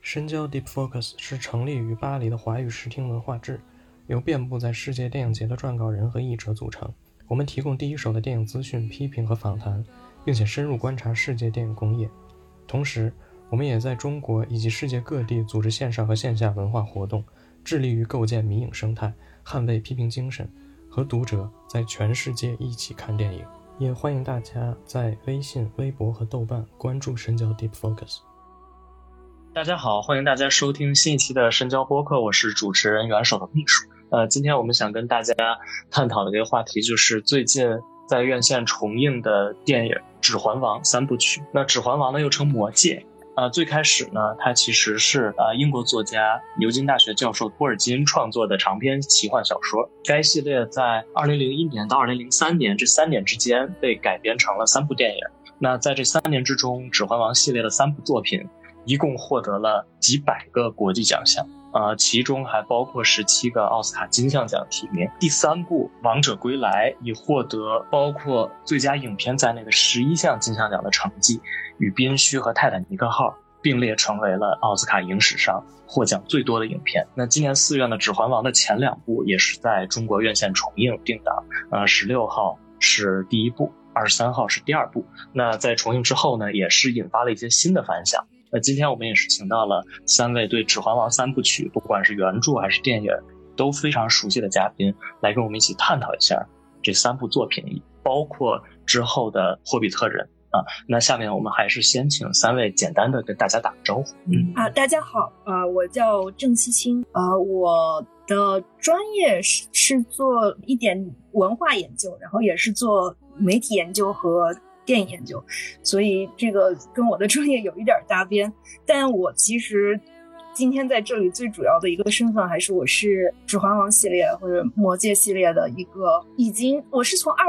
深交 Deep Focus 是成立于巴黎的华语视听文化志，由遍布在世界电影节的撰稿人和译者组成。我们提供第一手的电影资讯、批评和访谈，并且深入观察世界电影工业。同时，我们也在中国以及世界各地组织线上和线下文化活动，致力于构建迷影生态，捍卫批评精神，和读者在全世界一起看电影。也欢迎大家在微信、微博和豆瓣关注深交 Deep Focus。 大家好，欢迎大家收听新一期的深交播客，我是主持人元首的秘书。今天我们想跟大家探讨的这个话题就是最近在院线重映的电影《指环王》三部曲。那《指环王》呢又称《魔戒》。最开始呢，它其实是英国作家牛津大学教授托尔金创作的长篇奇幻小说。该系列在2001年到2003年这3年之间被改编成了3部电影。那在这3年之中，《指环王》系列的3部作品一共获得了几百个国际奖项，其中还包括17个奥斯卡金像奖提名。第3部《王者归来》已获得包括最佳影片在内的11项金像奖的成绩，与《宾虚》和《泰坦尼克号》并列成为了奥斯卡影史上获奖最多的影片。那今年4月呢，《指环王》的前2部也是在中国院线重映定档，16号是第1部，23号是第2部。那在重映之后呢，也是引发了一些新的反响。那今天我们也是请到了3位对《指环王》3部曲，不管是原著还是电影都非常熟悉的嘉宾，来跟我们一起探讨一下这3部作品，包括之后的《霍比特人》那下面我们还是先请3位简单的跟大家打个招呼。 大家好，我叫郑希清，我的专业是做一点文化研究，然后也是做媒体研究和电影研究，所以这个跟我的专业有一点搭边。但我其实今天在这里最主要的一个身份还是我是指环王系列或者魔戒系列的一个，我是从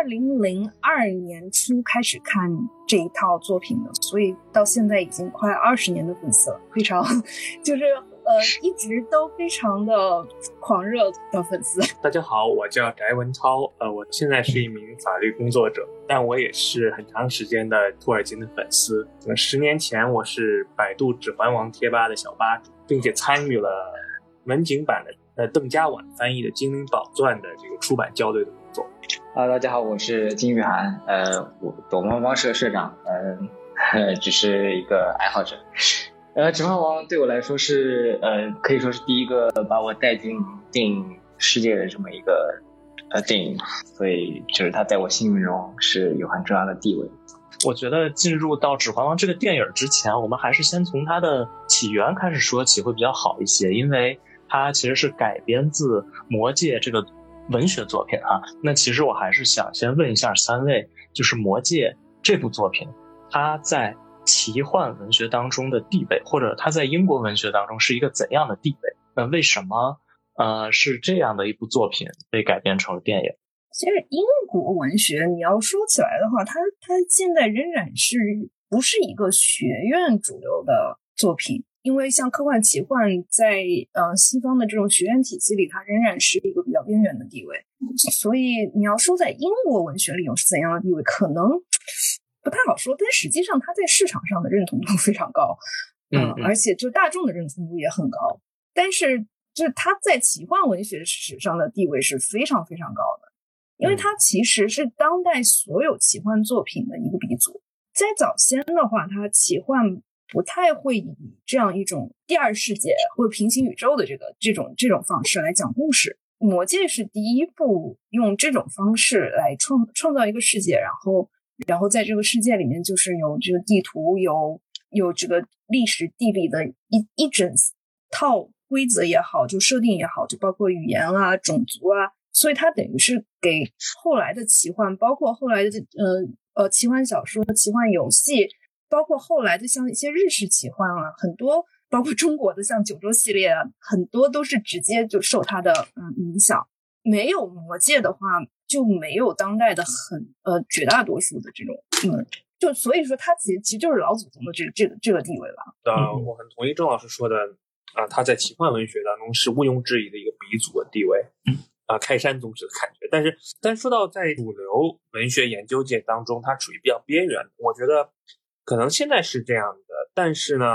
2002年初开始看这一套作品的，所以到现在已经快20年的粉丝了，非常就是一直都非常的狂热的粉丝。 大家好，我叫翟文涛，我现在是一名法律工作者，但我也是很长时间的托尔金的粉丝。10年前我是百度指环王贴吧的小吧主，并且参与了文景版的邓家晚翻译的《精灵宝钻》的这个出版校对的工作。 大家好，我是金玉涵，我躲猫猫社社长，只是一个爱好者。指环王对我来说是可以说是第一个把我带进电影世界的这么一个电影，所以就是它在我心目中是有很重要的地位。 我觉得进入到《指环王》这个电影之前，我们还是先从它的起源开始说起会比较好一些，因为它其实是改编自《魔戒》这个文学作品那其实我还是想先问一下3位，就是《魔戒》这部作品，它在奇幻文学当中的地位，或者它在英国文学当中是一个怎样的地位？那为什么是这样的一部作品被改编成了电影？ 其实英国文学你要说起来的话，它现在仍然不是一个学院主流的作品，因为像科幻奇幻在西方的这种学院体系里，它仍然是一个比较边缘的地位。所以你要说在英国文学里有是怎样的地位，可能不太好说，但实际上它在市场上的认同度非常高，而且就大众的认同度也很高。但是就是它在奇幻文学史上的地位是非常非常高的，因为它其实是当代所有奇幻作品的一个鼻祖。在早先的话，它奇幻不太会以这样一种第二世界或者平行宇宙的这种方式来讲故事。魔戒是第一部用这种方式来创造一个世界，然后在这个世界里面就是有这个地图，有这个历史地理的一整套规则也好，就设定也好，就包括语言啊、种族啊，所以它等于是给后来的奇幻，包括后来的奇幻小说、奇幻游戏，包括后来的像一些日式奇幻啊，很多包括中国的像九州系列啊，很多都是直接就受它的影响。没有魔戒的话，就没有当代的绝大多数的这种就所以说它其实就是老祖宗的这个地位了。 我很同意郑老师说的他在奇幻文学当中是毋庸置疑的一个鼻祖的地位，开山宗旨的感觉。但说到在主流文学研究界当中，它处于比较边缘，我觉得可能现在是这样的，但是呢，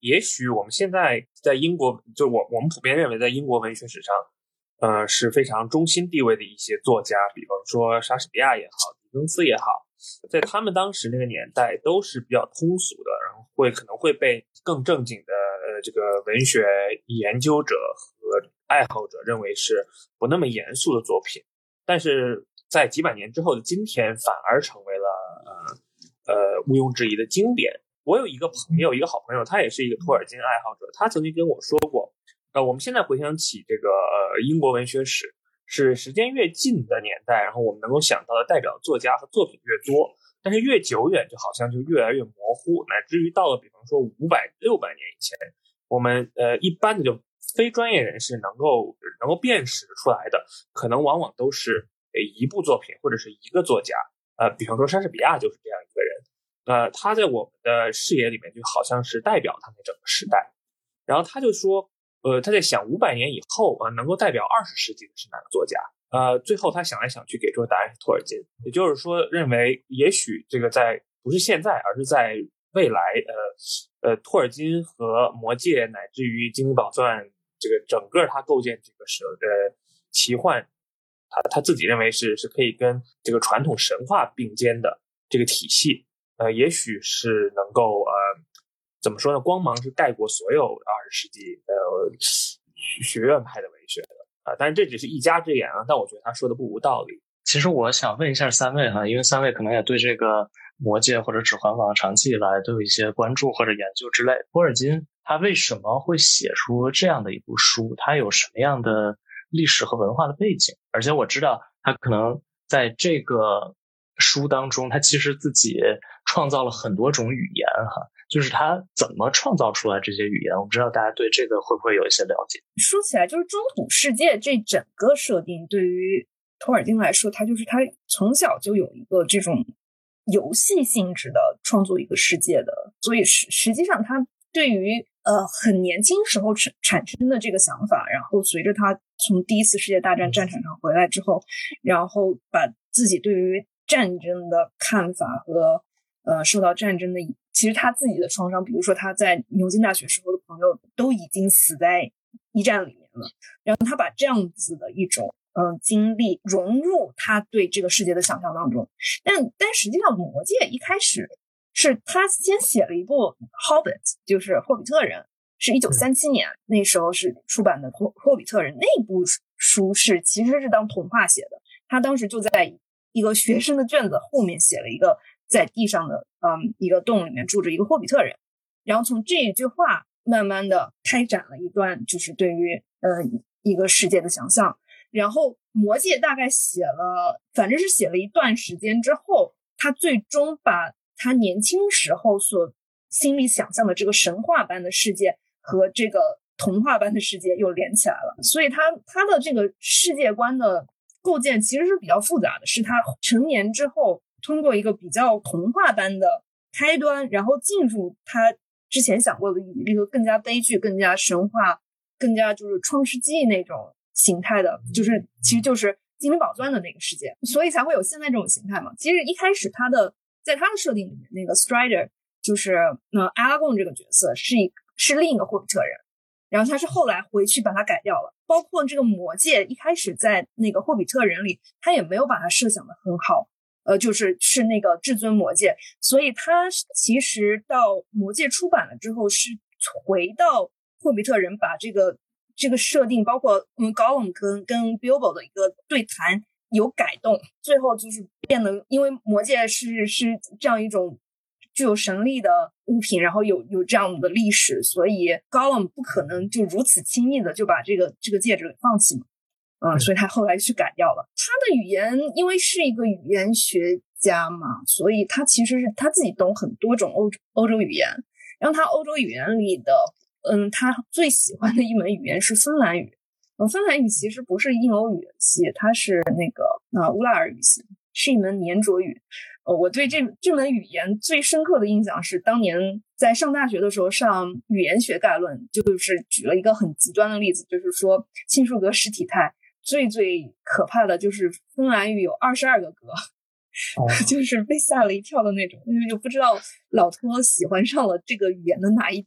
也许我们现在在英国，就我们普遍认为在英国文学史上，是非常中心地位的一些作家，比方说莎士比亚也好，狄更斯也好，在他们当时那个年代都是比较通俗的，然后可能会被更正经的这个文学研究者和爱好者认为是不那么严肃的作品。但是在几百年之后的今天，反而成为了毋庸置疑的经典。我有一个好朋友，他也是一个托尔金爱好者，他曾经跟我说过，我们现在回想起这个英国文学史，是时间越近的年代，然后我们能够想到的代表作家和作品越多，但是越久远就好像就越来越模糊，乃至于到了比方说500、600年以前，我们一般的就非专业人士能够辨识出来的，可能往往都是一部作品或者是一个作家。比方说莎士比亚就是这样一个人，他在我们的视野里面就好像是代表他们整个时代。然后他就说，他在想500年以后能够代表20世纪的是哪个作家？最后他想来想去给出的答案是托尔金，也就是说认为也许这个不是现在，而是在未来，托尔金和魔戒乃至于精灵宝钻这个整个他构建这个奇幻。他自己认为是可以跟这个传统神话并肩的这个体系，也许是能够怎么说呢？光芒是盖过所有20世纪学院派的文学的但是这只是一家之言但我觉得他说的不无道理。 其实我想问一下三位因为三位可能也对这个魔戒或者指环王长期以来都有一些关注或者研究之类。托尔金他为什么会写出这样的一部书？他有什么样的历史和文化的背景？而且我知道他可能在这个书当中，他其实自己创造了很多种语言就是他怎么创造出来这些语言？我不知道大家对这个会不会有一些了解。 说起来就是中土世界这整个设定对于托尔金来说，他从小就有一个这种游戏性质的创作一个世界的，所以实际上他对于很年轻时候产生的这个想法，然后随着他从第一次世界大战战场上回来之后，然后把自己对于战争的看法和受到战争的其实他自己的创伤，比如说他在牛津大学时候的朋友都已经死在一战里面了，然后他把这样子的一种经历融入他对这个世界的想象当中。但实际上魔戒一开始是他先写了一部 Hobbit， 就是霍比特人，是1937年那时候是出版的霍比特人，那部书其实是当童话写的，他当时就在一个学生的卷子后面写了一个在地上的一个洞里面住着一个霍比特人，然后从这一句话慢慢的开展了一段就是对于一个世界的想象。然后魔戒大概反正是写了一段时间之后，他最终把他年轻时候所心里想象的这个神话般的世界和这个童话般的世界又连起来了。所以他的这个世界观的构建其实是比较复杂的，是他成年之后通过一个比较童话般的开端，然后进入他之前想过的一个更加悲剧、更加神话、更加就是创世纪那种形态的，其实就是精灵宝钻的那个世界，所以才会有现在这种形态嘛。其实一开始在他的设定里面，那个 Strider 就是阿拉贡这个角色是另一个霍比特人，然后他是后来回去把它改掉了。包括这个魔戒一开始在那个霍比特人里，他也没有把它设想的很好，是那个至尊魔戒，所以他其实到魔戒出版了之后，是回到霍比特人把这个设定，包括Gollum 跟 Bilbo 的一个对谈有改动，最后就是变得，因为魔戒是这样一种具有神力的物品，然后有这样的历史，所以 Gollum 不可能就如此轻易的就把这个戒指给放弃嘛，所以他后来去改掉了。他的语言因为是一个语言学家嘛，所以他其实是他自己懂很多种欧洲语言，然后他欧洲语言里的他最喜欢的一门语言是芬兰语。芬兰语其实不是印欧语系，它是那个乌拉尔语系，是一门黏着语。我对这门语言最深刻的印象是当年在上大学的时候上语言学概论，就是举了一个很极端的例子，就是说新数格实体态最可怕的就是芬兰语有22个格，就是被吓了一跳的那种，就不知道老托喜欢上了这个语言的哪一点。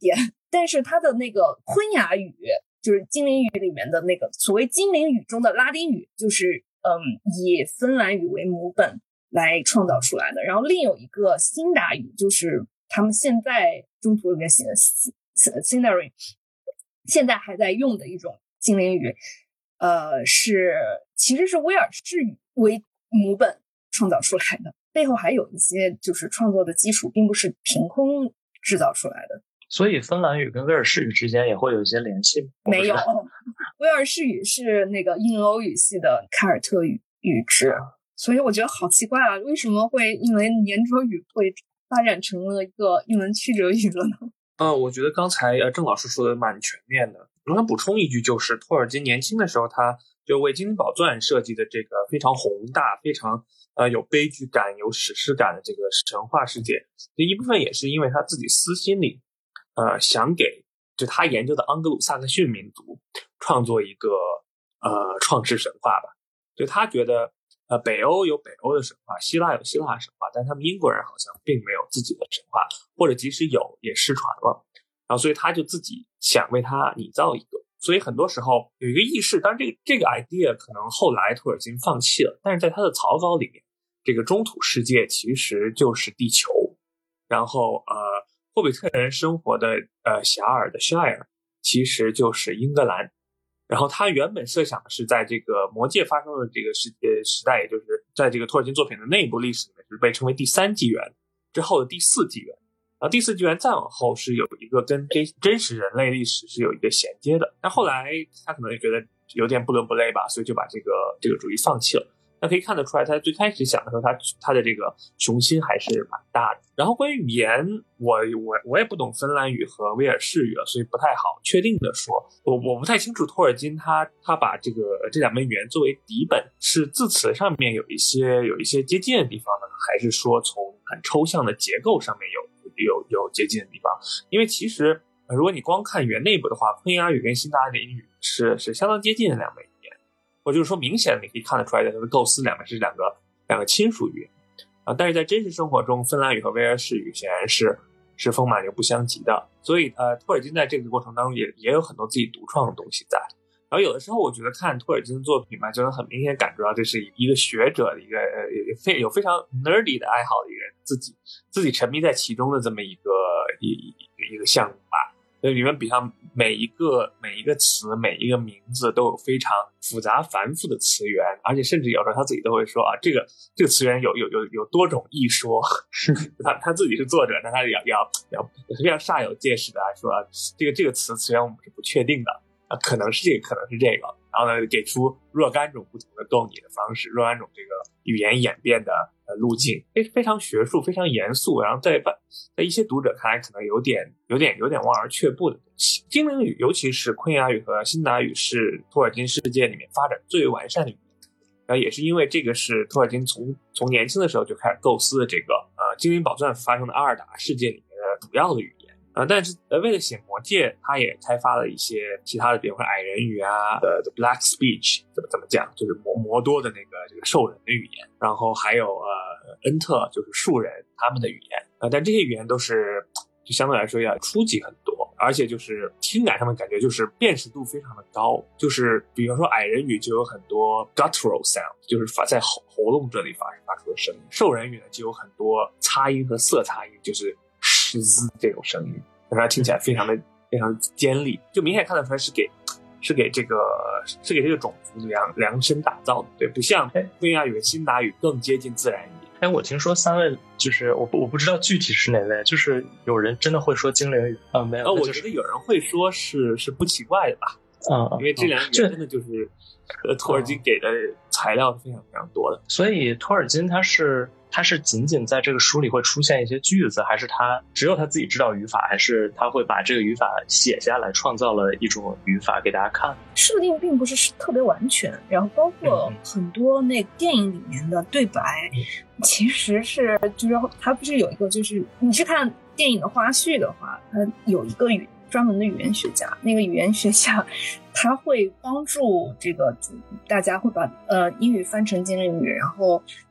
但是它的那个昆雅语，就是精灵语里面的那个所谓精灵语中的拉丁语，就是以芬兰语为母本来创造出来的。然后另有一个辛达语，就是他们现在中途里面写的Sindarin，现在还在用的一种精灵语，其实是威尔士语为母本创造出来的，背后还有一些就是创作的基础，并不是凭空制造出来的。 所以芬兰语跟威尔士语之间也会有一些联系吗？ 没有，威尔士语是那个印欧语系的凯尔特语支，所以我觉得好奇怪啊，为什么会因为黏着语会发展成了一个一门曲折语了呢？ 我觉得刚才郑老师说的蛮全面的。我想补充一句，就是托尔金年轻的时候，他就为《精灵宝钻》设计的这个非常宏大、非常有悲剧感、有史诗感的这个神话世界，这一部分也是因为他自己私心里想给就他研究的盎格鲁撒克逊民族创作一个创世神话吧。就他觉得北欧有北欧的神话，希腊有希腊神话，但他们英国人好像并没有自己的神话，或者即使有也失传了。然后所以他就自己想为他拟造一个。所以很多时候有一个意识，当然这个 idea 可能后来托尔金放弃了，但是在他的草稿里面，这个中土世界其实就是地球，然后霍比特人生活的遐迩的 Shire 其实就是英格兰。然后他原本设想的是在这个魔戒发生的这个时代，也就是在这个托尔金作品的内部历史里面，就是被称为第3纪元之后的第4纪元。然后第4纪元再往后是有一个跟真实人类历史是有一个衔接的。但后来他可能也觉得有点不伦不类吧，所以就把这个主意放弃了。那可以看得出来，他最开始想的时候，他的这个雄心还是蛮大的。然后关于语言，我也不懂芬兰语和威尔士语了，所以不太好确定的说。我不太清楚托尔金他把这两门语言作为底本，是字词上面有一些接近的地方呢，还是说从很抽象的结构上面有接近的地方？因为其实如果你光看语言内部的话，昆雅语跟辛达林语是相当接近的两门语言，或者就是说明显的你可以看得出来的，它的构思两个是两个亲属语言但是在真实生活中，芬兰语和威尔士语显然是风马牛不相及的。所以托尔金在这个过程当中也有很多自己独创的东西在。然后有的时候我觉得看托尔金的作品吧，就能很明显感觉到这是一个学者的一个有非常 nerdy 的爱好的一个人，自己沉迷在其中的这么一个项目吧。所以里面比上每一个词每一个名字都有非常复杂繁复的词源，而且甚至有时候他自己都会说这个词源有多种一说他自己是作者，但他要非常煞有介事的说这个词源我们是不确定的可能是这个可能是这个，然后呢给出若干种不同的构拟的方式，若干种这个语言演变的路径，非常学术非常严肃，然后在一些读者看来可能有点望而却步的东西。精灵语尤其是昆雅语和辛达语是托尔金世界里面发展最为完善的语言，然后也是因为这个是托尔金从年轻的时候就开始构思的这个精灵宝钻发生的阿尔达世界里面的主要的语言但是为了写魔戒，他也开发了一些其他的，比如说矮人语the Black Speech 怎么讲，就是魔多的这个兽人的语言，然后还有恩特就是树人他们的语言但这些语言都是就相对来说要初级很多，而且就是听感上面感觉就是辨识度非常的高，就是比如说矮人语就有很多 guttural sound， 就是在喉咙这里发出的声音，兽人语呢就有很多擦音和色擦音，就是嘶这种声音，让它听起来非常尖利，就明显看得出来是给这个种族量身打造的，对，不像昆雅语和辛达语更接近自然语。 我听说三位就是我不知道具体是哪位，就是有人真的会说精灵语没有我觉得有人会说是不奇怪的吧因为这两语真的就是托尔金给的材料是非常非常多的。 所以托尔金他是仅仅在这个书里会出现一些句子，还是他只有他自己知道语法，还是他会把这个语法写下来，创造了一种语法给大家看？ 设定并不是特别完全，然后包括很多那电影里面的对白其实是就是他不是有一个，就是你是看电影的花絮的话，他有一个专门的语言学家，那个语言学家他会帮助这个大家会把英语翻成精灵语，然后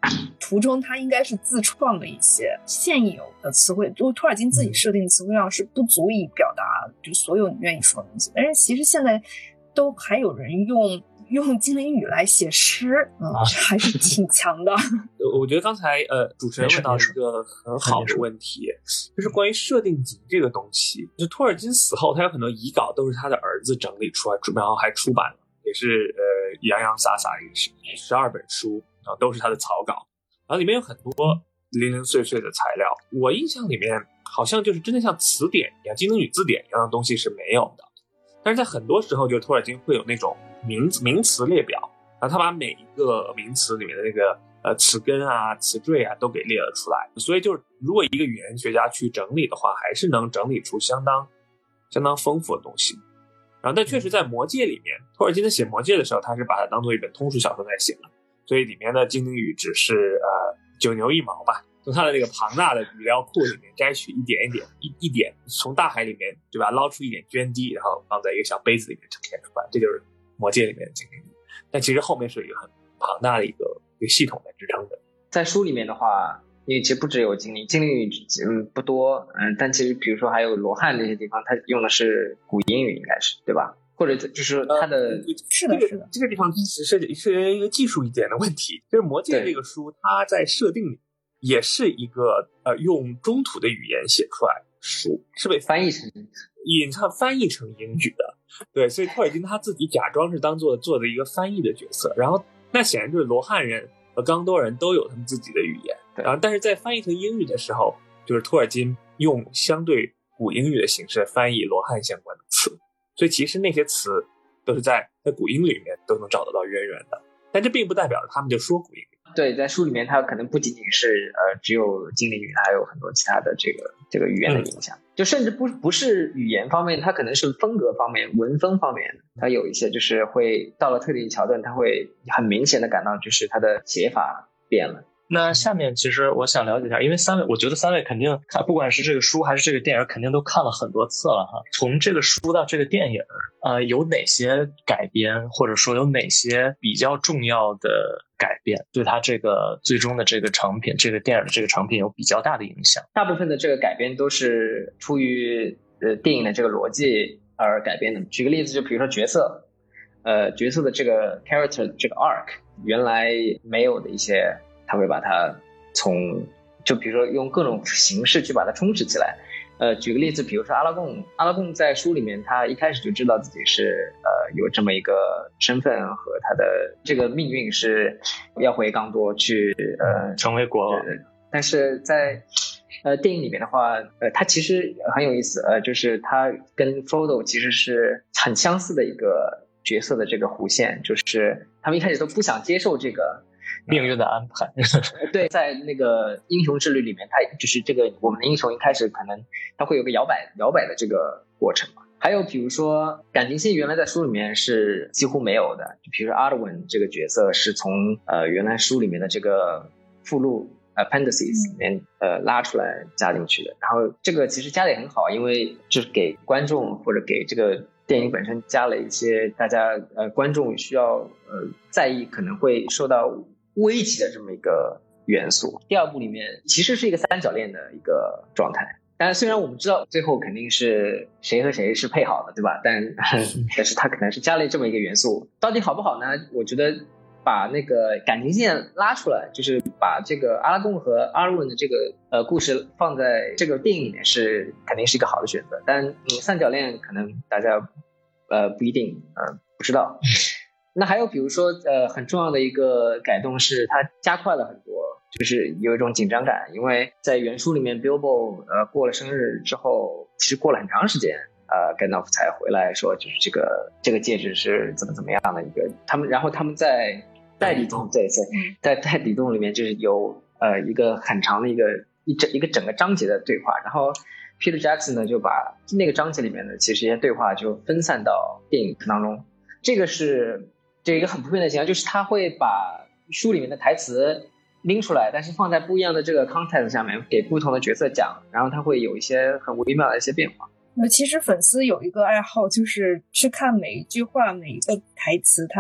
途中他应该是自创的一些现有的词汇，就托尔金自己设定的词汇量是不足以表达就所有你愿意说的东西。但是其实现在都还有人用精灵语来写诗，还是挺强的。 我觉得刚才主持人问到一个很好的问题，就是关于设定集这个东西。就托尔金死后，他有很多遗稿都是他的儿子整理出来，然后还出版了，也是洋洋洒洒12本书，然后都是他的草稿，然后里面有很多零零碎碎的材料。我印象里面好像就是真的像词典一样，精灵语字典一样的东西是没有的。但是在很多时候，就托尔金会有那种名词列表，然后他把每一个名词里面的那个词根啊、词缀啊都给列了出来。所以就是如果一个语言学家去整理的话，还是能整理出相当丰富的东西。然后但确实在魔戒里面，托尔金在写魔戒的时候，他是把它当做一本通俗小说在写的，所以里面的精灵语只是9牛1毛吧，从他的那个庞大的语料库里面摘取一点，从大海里面对吧捞出一点涓滴，然后放在一个小杯子里面呈现出来，这就是魔戒里面的精灵语。但其实后面是有一个很庞大的一个系统在支撑的。 在书里面的话，因为其实不只有精灵语不多，但其实比如说还有罗汉这些地方，它用的是古英语，应该是对吧？或者就是它的是的， 这个地方是一个技术一点的问题，就是魔戒这个书，它在设定里也是一个用中土的语言写出来的书，是被翻译成英语的。对，所以托尔金他自己假装是当做做的一个翻译的角色，然后那显然就是罗汉人和冈多人都有他们自己的语言，然后但是在翻译成英语的时候，就是托尔金用相对古英语的形式翻译罗汉相关的词，所以其实那些词都是在古英里面都能找得到渊源的，但这并不代表着他们就说古英语。 对，在书里面它可能不仅仅是只有精灵语，它还有很多其他的这个语言的影响，就甚至不是语言方面，它可能是风格方面、文风方面，它有一些就是会到了特定桥段，它会很明显的感到就是它的写法变了。 那下面其实我想了解一下，因为我觉得三位肯定看，不管是这个书还是这个电影，肯定都看了很多次了哈。从这个书到这个电影，有哪些改编，或者说有哪些比较重要的改变，对它这个最终的这个成品，这个电影的这个成品有比较大的影响？ 大部分的这个改编都是出于电影的这个逻辑而改编的。举个例子，就比如说角色的这个 character 这个 arc 原来没有的一些。他会把它就比如说用各种形式去把它充实起来。举个例子，比如说阿拉贡在书里面，他一开始就知道自己是有这么一个身份和他的这个命运是要回冈多去成为国王。 但是在电影里面的话，他其实很有意思，就是他跟 Frodo 其实是很相似的一个角色的这个弧线，就是他们一开始都不想接受这个命运的安排。 对，在那个英雄之旅里面，他就是这个我们的英雄一开始可能他会有个摇摆的这个过程嘛。还有比如说感情线原来在书里面是几乎没有的，就比如说 Arwen 这个角色是从原来书里面的这个附录appendices 里面拉出来加进去的。然后这个其实加的也很好，因为就是给观众或者给这个电影本身加了一些大家观众需要在意可能会受到危机的这么一个元素。第二部里面其实是一个三角恋的一个状态，但虽然我们知道最后肯定是谁和谁是配好的，对吧？但是他可能是加了这么一个元素，到底好不好呢？我觉得把那个感情线拉出来，就是把这个阿拉贡和阿尔文的这个故事放在这个电影里面肯定是一个好的选择。但三角恋可能大家不一定不知道。那还有比如说很重要的一个改动是它加快了很多，就是有一种紧张感，因为在原书里面 Bilbo 过了生日之后，其实过了很长时间甘道夫才回来说就是这个戒指是怎么样的一个然后他们在代理洞在代理洞里面就是有一个很长的一个整个章节的对话，然后 Peter Jackson 呢就把那个章节里面的其实一些对话就分散到电影当中。这个是一个很普遍的情况，就是他会把书里面的台词拎出来，但是放在不一样的这个 context 下面给不同的角色讲，然后他会有一些很微妙的一些变化。 其实粉丝有一个爱好，就是去看每一句话每一个台词它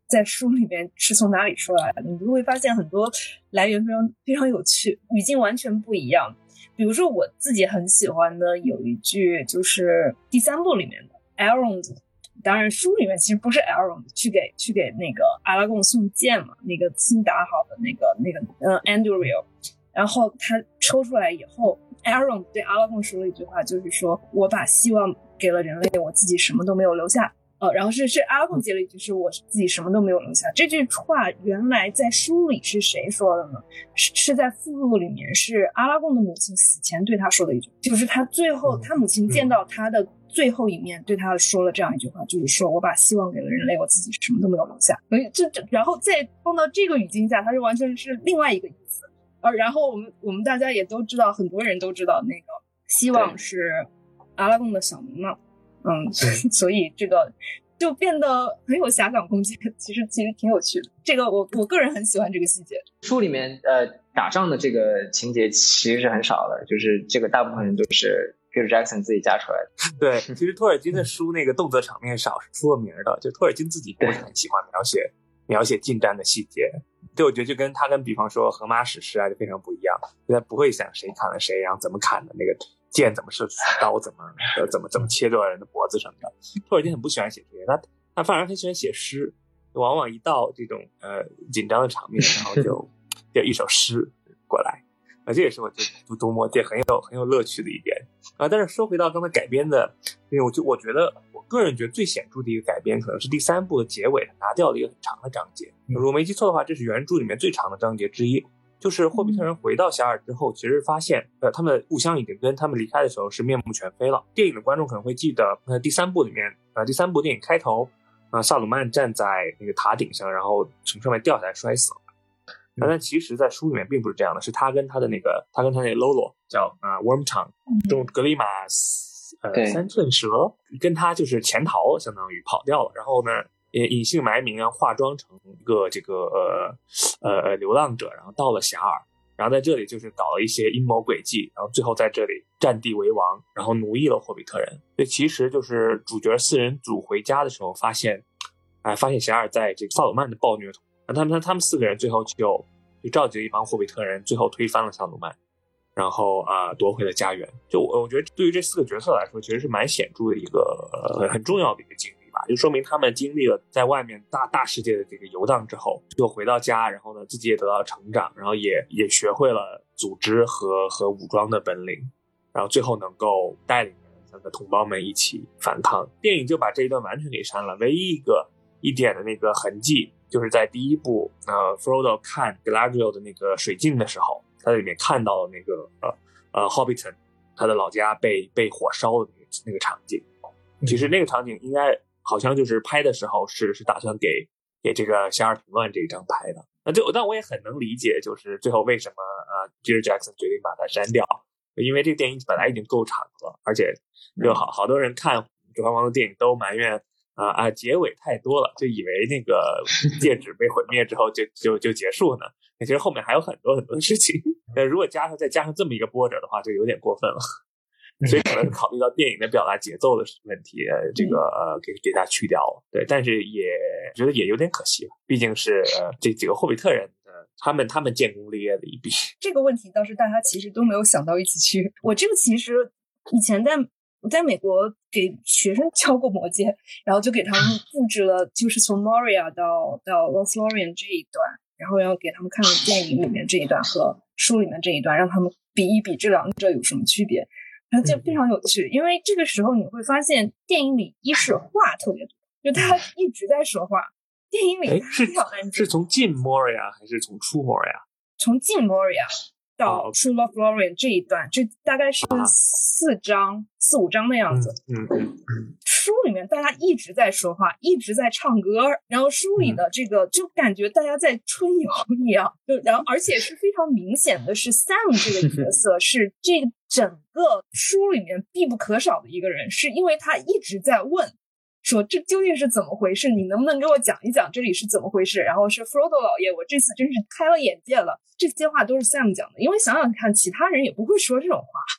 在书里面是从哪里出来的，你就会发现很多来源非常有趣，语境完全不一样。比如说我自己很喜欢的有一句就是第3部里面的 Elrond， 当然书里面其实不是 Elrond 去给那个阿拉贡送剑嘛，那个新打好的那个Andúril， 然后他抽出来以后 Elrond 对阿拉贡说了一句话，就是说我把希望给了人类，我自己什么都没有留下。然后是阿拉贡接了一句，是我自己什么都没有留下。这句话原来在书里是谁说的呢？是在附录里面，是阿拉贡的母亲死前对他说的一句，就是他最后他母亲见到他的最后一面，对他说了这样一句话，就是说我把希望给了人类，我自己什么都没有留下。所以然后再放到这个语境下，它是完全是另外一个意思。然后我们大家也都知道，很多人都知道那个希望是阿拉贡的小名嘛。所以这个就变得很有遐想空间，其实挺有趣的。这个我个人很喜欢这个细节。 书里面打仗的这个情节其实是很少的，就是这个大部分人都是 Peter Jackson 自己加出来的。 对，其实托尔金的书那个动作场面少是出了名的，就托尔金自己不是很喜欢描写近战的细节。对，我觉得就跟他跟比方说荷马史诗啊就非常不一样，他不会想谁砍了谁，然后怎么砍的，那个剑怎么射出去，刀怎么切断人的脖子什么的。托尔金很不喜欢写这些，他反而很喜欢写诗，往往一到这种紧张的场面，然后就一首诗过来。这也是我觉得读魔戒很有乐趣的一点啊。但是说回到刚才改编的，因为我觉得我个人觉得最显著的一个改编可能是第3部的结尾拿掉了一个很长的章节。如果没记错的话，这是原著里面最长的章节之一。就是霍比特人回到夏尔之后，其实发现他们的故乡已经跟他们离开的时候是面目全非了。电影的观众可能会记得第3部里面第3部电影开头萨鲁曼站在那个塔顶上，然后从上面掉下来摔死了。但其实在书里面并不是这样的，是他跟他的那个Lolo 叫Wormtongue 这种格里马三寸蛇跟他就是潜逃，相当于跑掉了，然后呢隐姓埋名啊，化妆成一个这个流浪者，然后到了夏尔，然后在这里就是搞了一些阴谋诡计，然后最后在这里占地为王，然后奴役了霍比特人。所以其实就是主角4人组回家的时候发现夏尔在这个萨鲁曼的暴虐中，他们4个人最后就召集了一帮霍比特人，最后推翻了萨鲁曼，然后夺回了家园。就我觉得对于这4个角色来说，其实是蛮显著的一个很重要的一个经历吧，就说明他们经历了在外面大世界的这个游荡之后，就回到家，然后呢自己也得到了成长，然后也学会了组织和武装的本领，然后最后能够带领他的同胞们一起反抗。电影就把这一段完全给删了，唯一一点的那个痕迹就是在第1部Frodo 看 Galadriel 的那个水镜的时候，他在里面看到了那个Hobbiton 他的老家被火烧的那个场景。其实那个场景应该好像就是拍的时候是打算给这个夏尔平乱这一章拍的。但我也很能理解，就是最后为什么Peter Jackson 决定把它删掉，因为这个电影本来已经够长了，而且就好多人看指环王的电影都埋怨结尾太多了，就以为那个戒指被毁灭之后就结束呢。其实后面还有很多很多事情，如果再加上这么一个波折的话，就有点过分了。所以可能是考虑到电影的表达节奏的问题，这个给它去掉了。对，但是也觉得也有点可惜了，毕竟是这几个霍比特人他们建功立业的一笔。 这个问题倒是大家其实都没有想到一起去。我这个其实以前我在美国给学生教过魔戒，然后就给他们布置了就是从 Moria 到 Lothlorien 这一段，然后给他们看了电影里面这一段和书里面这一段，让他们比一比这两者有什么区别。然后就非常有趣，因为这个时候你会发现电影里一是话特别多，就他一直在说话，电影里非常安静。 是从进 Moria 还是从出 Moria？ 从进 Moria 到出 Lothlorien 这一段，这大概是4-5章的样子。书里面大家一直在说话，一直在唱歌，然后书里的这个就感觉大家在春游一样，然后而且是非常明显的是 Sam 这个角色是这整个书里面必不可少的一个人，是因为他一直在问说这究竟是怎么回事，你能不能给我讲一讲这里是怎么回事。然后是 Frodo 老爷，我这次真是开了眼界了，这些话都是 Sam 讲的，因为想想看其他人也不会说这种话，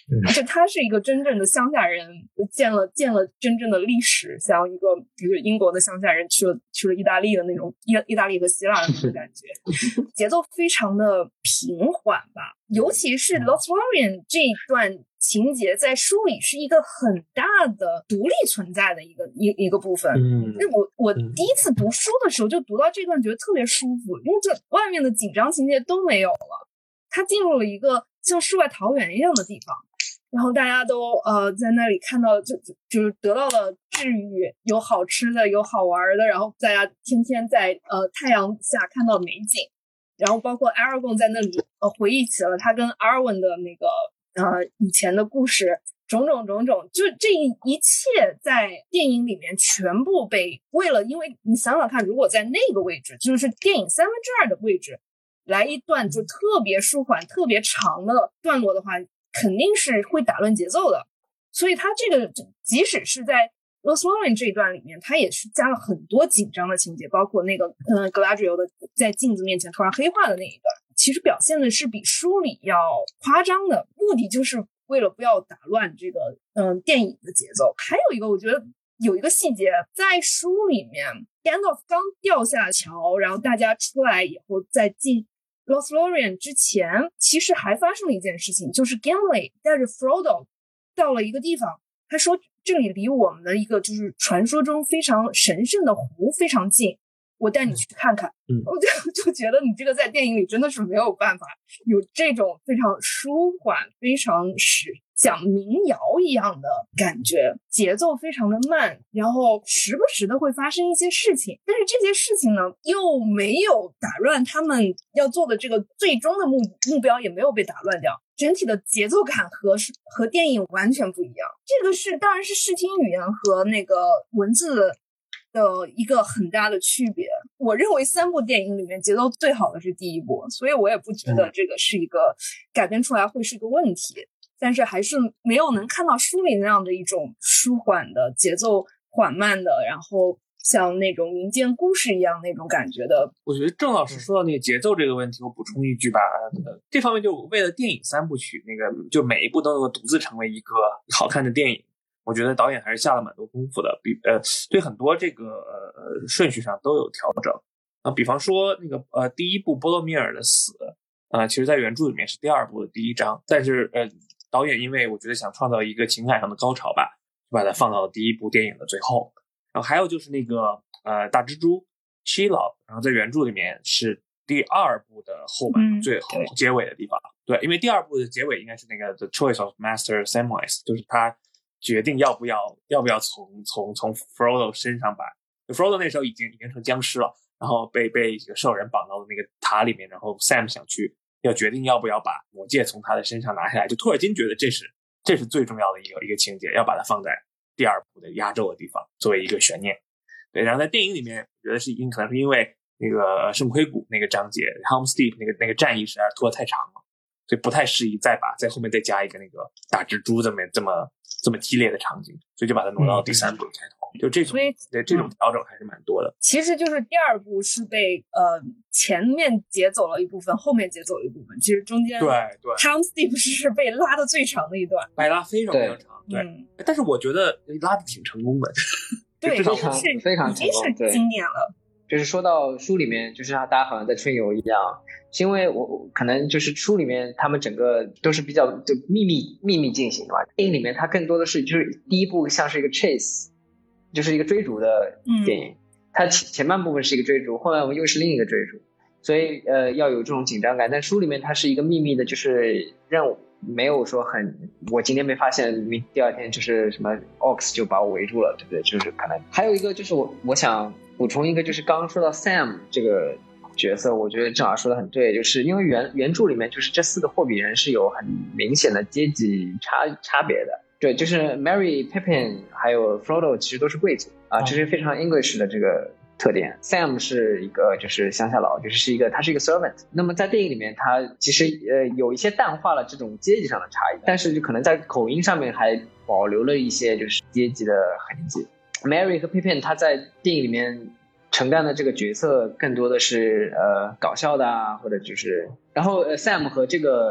而且他是一个真正的乡下人，见了真正的历史，像一个英国的乡下人去了意大利的那种意大利和希腊的那种感觉，节奏非常的平缓吧。尤其是 Lothlorien 这一段情节在书里是一个很大的独立存在的一个部分。那我第一次读书的时候就读到这段觉得特别舒服，因为这外面的紧张情节都没有了，他进入了一个像世外桃源一样的地方。然后大家都在那里看到就是得到了治愈，有好吃的，有好玩的，然后大家天天在太阳下看到美景，然后包括 Aragorn 在那里回忆起了他跟 Arwen 的那个以前的故事，种种，就这一切在电影里面全部被因为你想想看，如果在那个位置，就是电影2/3的位置来一段就特别舒缓特别长的段落的话，肯定是会打乱节奏的。所以他这个即使是在 Lothlorien 这一段里面，他也是加了很多紧张的情节，包括那个Galadriel 的在镜子面前突然黑化的那一段，其实表现的是比书里要夸张的，目的就是为了不要打乱这个电影的节奏。还有一个我觉得有一个细节，在书里面 Gandalf 刚掉下桥，然后大家出来以后再进Lothlorien 之前，其实还发生了一件事情，就是 Gimli 带着 Frodo 到了一个地方，他说这里离我们的一个就是传说中非常神圣的湖非常近，我带你去看看。我就觉得你这个在电影里真的是没有办法有这种非常舒缓非常讲民谣一样的感觉，节奏非常的慢，然后时不时的会发生一些事情，但是这些事情呢又没有打乱他们要做的这个最终的目标，也没有被打乱掉，整体的节奏感和电影完全不一样。这个当然是视听语言和那个文字的一个很大的区别。我认为3部电影里面节奏最好的是第一部，所以我也不觉得这个是一个改编出来会是一个问题，但是还是没有能看到书里那样的一种舒缓的节奏缓慢的，然后像那种民间故事一样那种感觉的。 我觉得郑老师说到那个节奏这个问题，我补充一句吧，这方面就为了电影3部曲那个就每一部都能够独自成为一个好看的电影，我觉得导演还是下了蛮多功夫的，对很多这个顺序上都有调整比方说那个第一部波罗米尔的死其实在原著里面是第2部的第1章，但是导演因为我觉得想创造一个情感上的高潮吧，就把它放到了第1部电影的最后。然后还有就是那个大蜘蛛 Shelob， 然后在原著里面是第2部的后半最后结尾的地方。对，因为第2部的结尾应该是那个 The Choice of Master Samwise， 就是他决定要不要从 Frodo 身上把 Frodo 那时候已经成僵尸了，然后被几个兽人绑到了那个塔里面，然后 Sam 要决定要不要把魔戒从他的身上拿下来，就托尔金觉得这是最重要的一个情节，要把它放在第2部的压轴的地方作为一个悬念。对，然后在电影里面我觉得可能是因为那个圣盔谷那个章节 Helm's Deep 那个战役实在是拖得太长了，所以不太适宜在后面再加一个那个打蜘蛛这么激烈的场景，所以就把它挪到第3部开头。就这种这种调整还是蛮多的。 其实就是第2部是被前面节走了一部分，后面节走了一部分，其实中间对 Helm's Deep 是被拉的最长的一段， 拉非常非常长。对，但是我觉得拉的挺成功的。 对， 非常成功， 是经典了。 就是说到书里面，就是大家好像在春游一样，是因为我可能就是书里面他们整个都是比较就秘密进行的嘛。电影里面它更多的是就是第1部像是一个 chase， 就是一个追逐的电影，它前半部分是一个追逐，后半部分又是另一个追逐，所以要有这种紧张感。但书里面它是一个秘密的，就是任务，没有说我今天没发现，第2天就是什么 Ox 就把我围住了，对不对？就是可能还有一个就是我想补充一个，就是刚刚说到 Sam 这个角色，我觉得正好说的很对，就是因为原著里面就是这4个霍比人是有很明显的阶级差别的。对，就是 Merry、Pippin 还有 Frodo 其实都是贵族这是非常 English 的这个特点。Sam 是一个就是乡下佬，就是他是一个 servant。那么在电影里面他其实有一些淡化了这种阶级上的差异，但是就可能在口音上面还保留了一些就是阶级的痕迹。Merry 和 Pippin 他在电影里面承担的这个角色更多的是搞笑的或者就是，然后Sam 和这个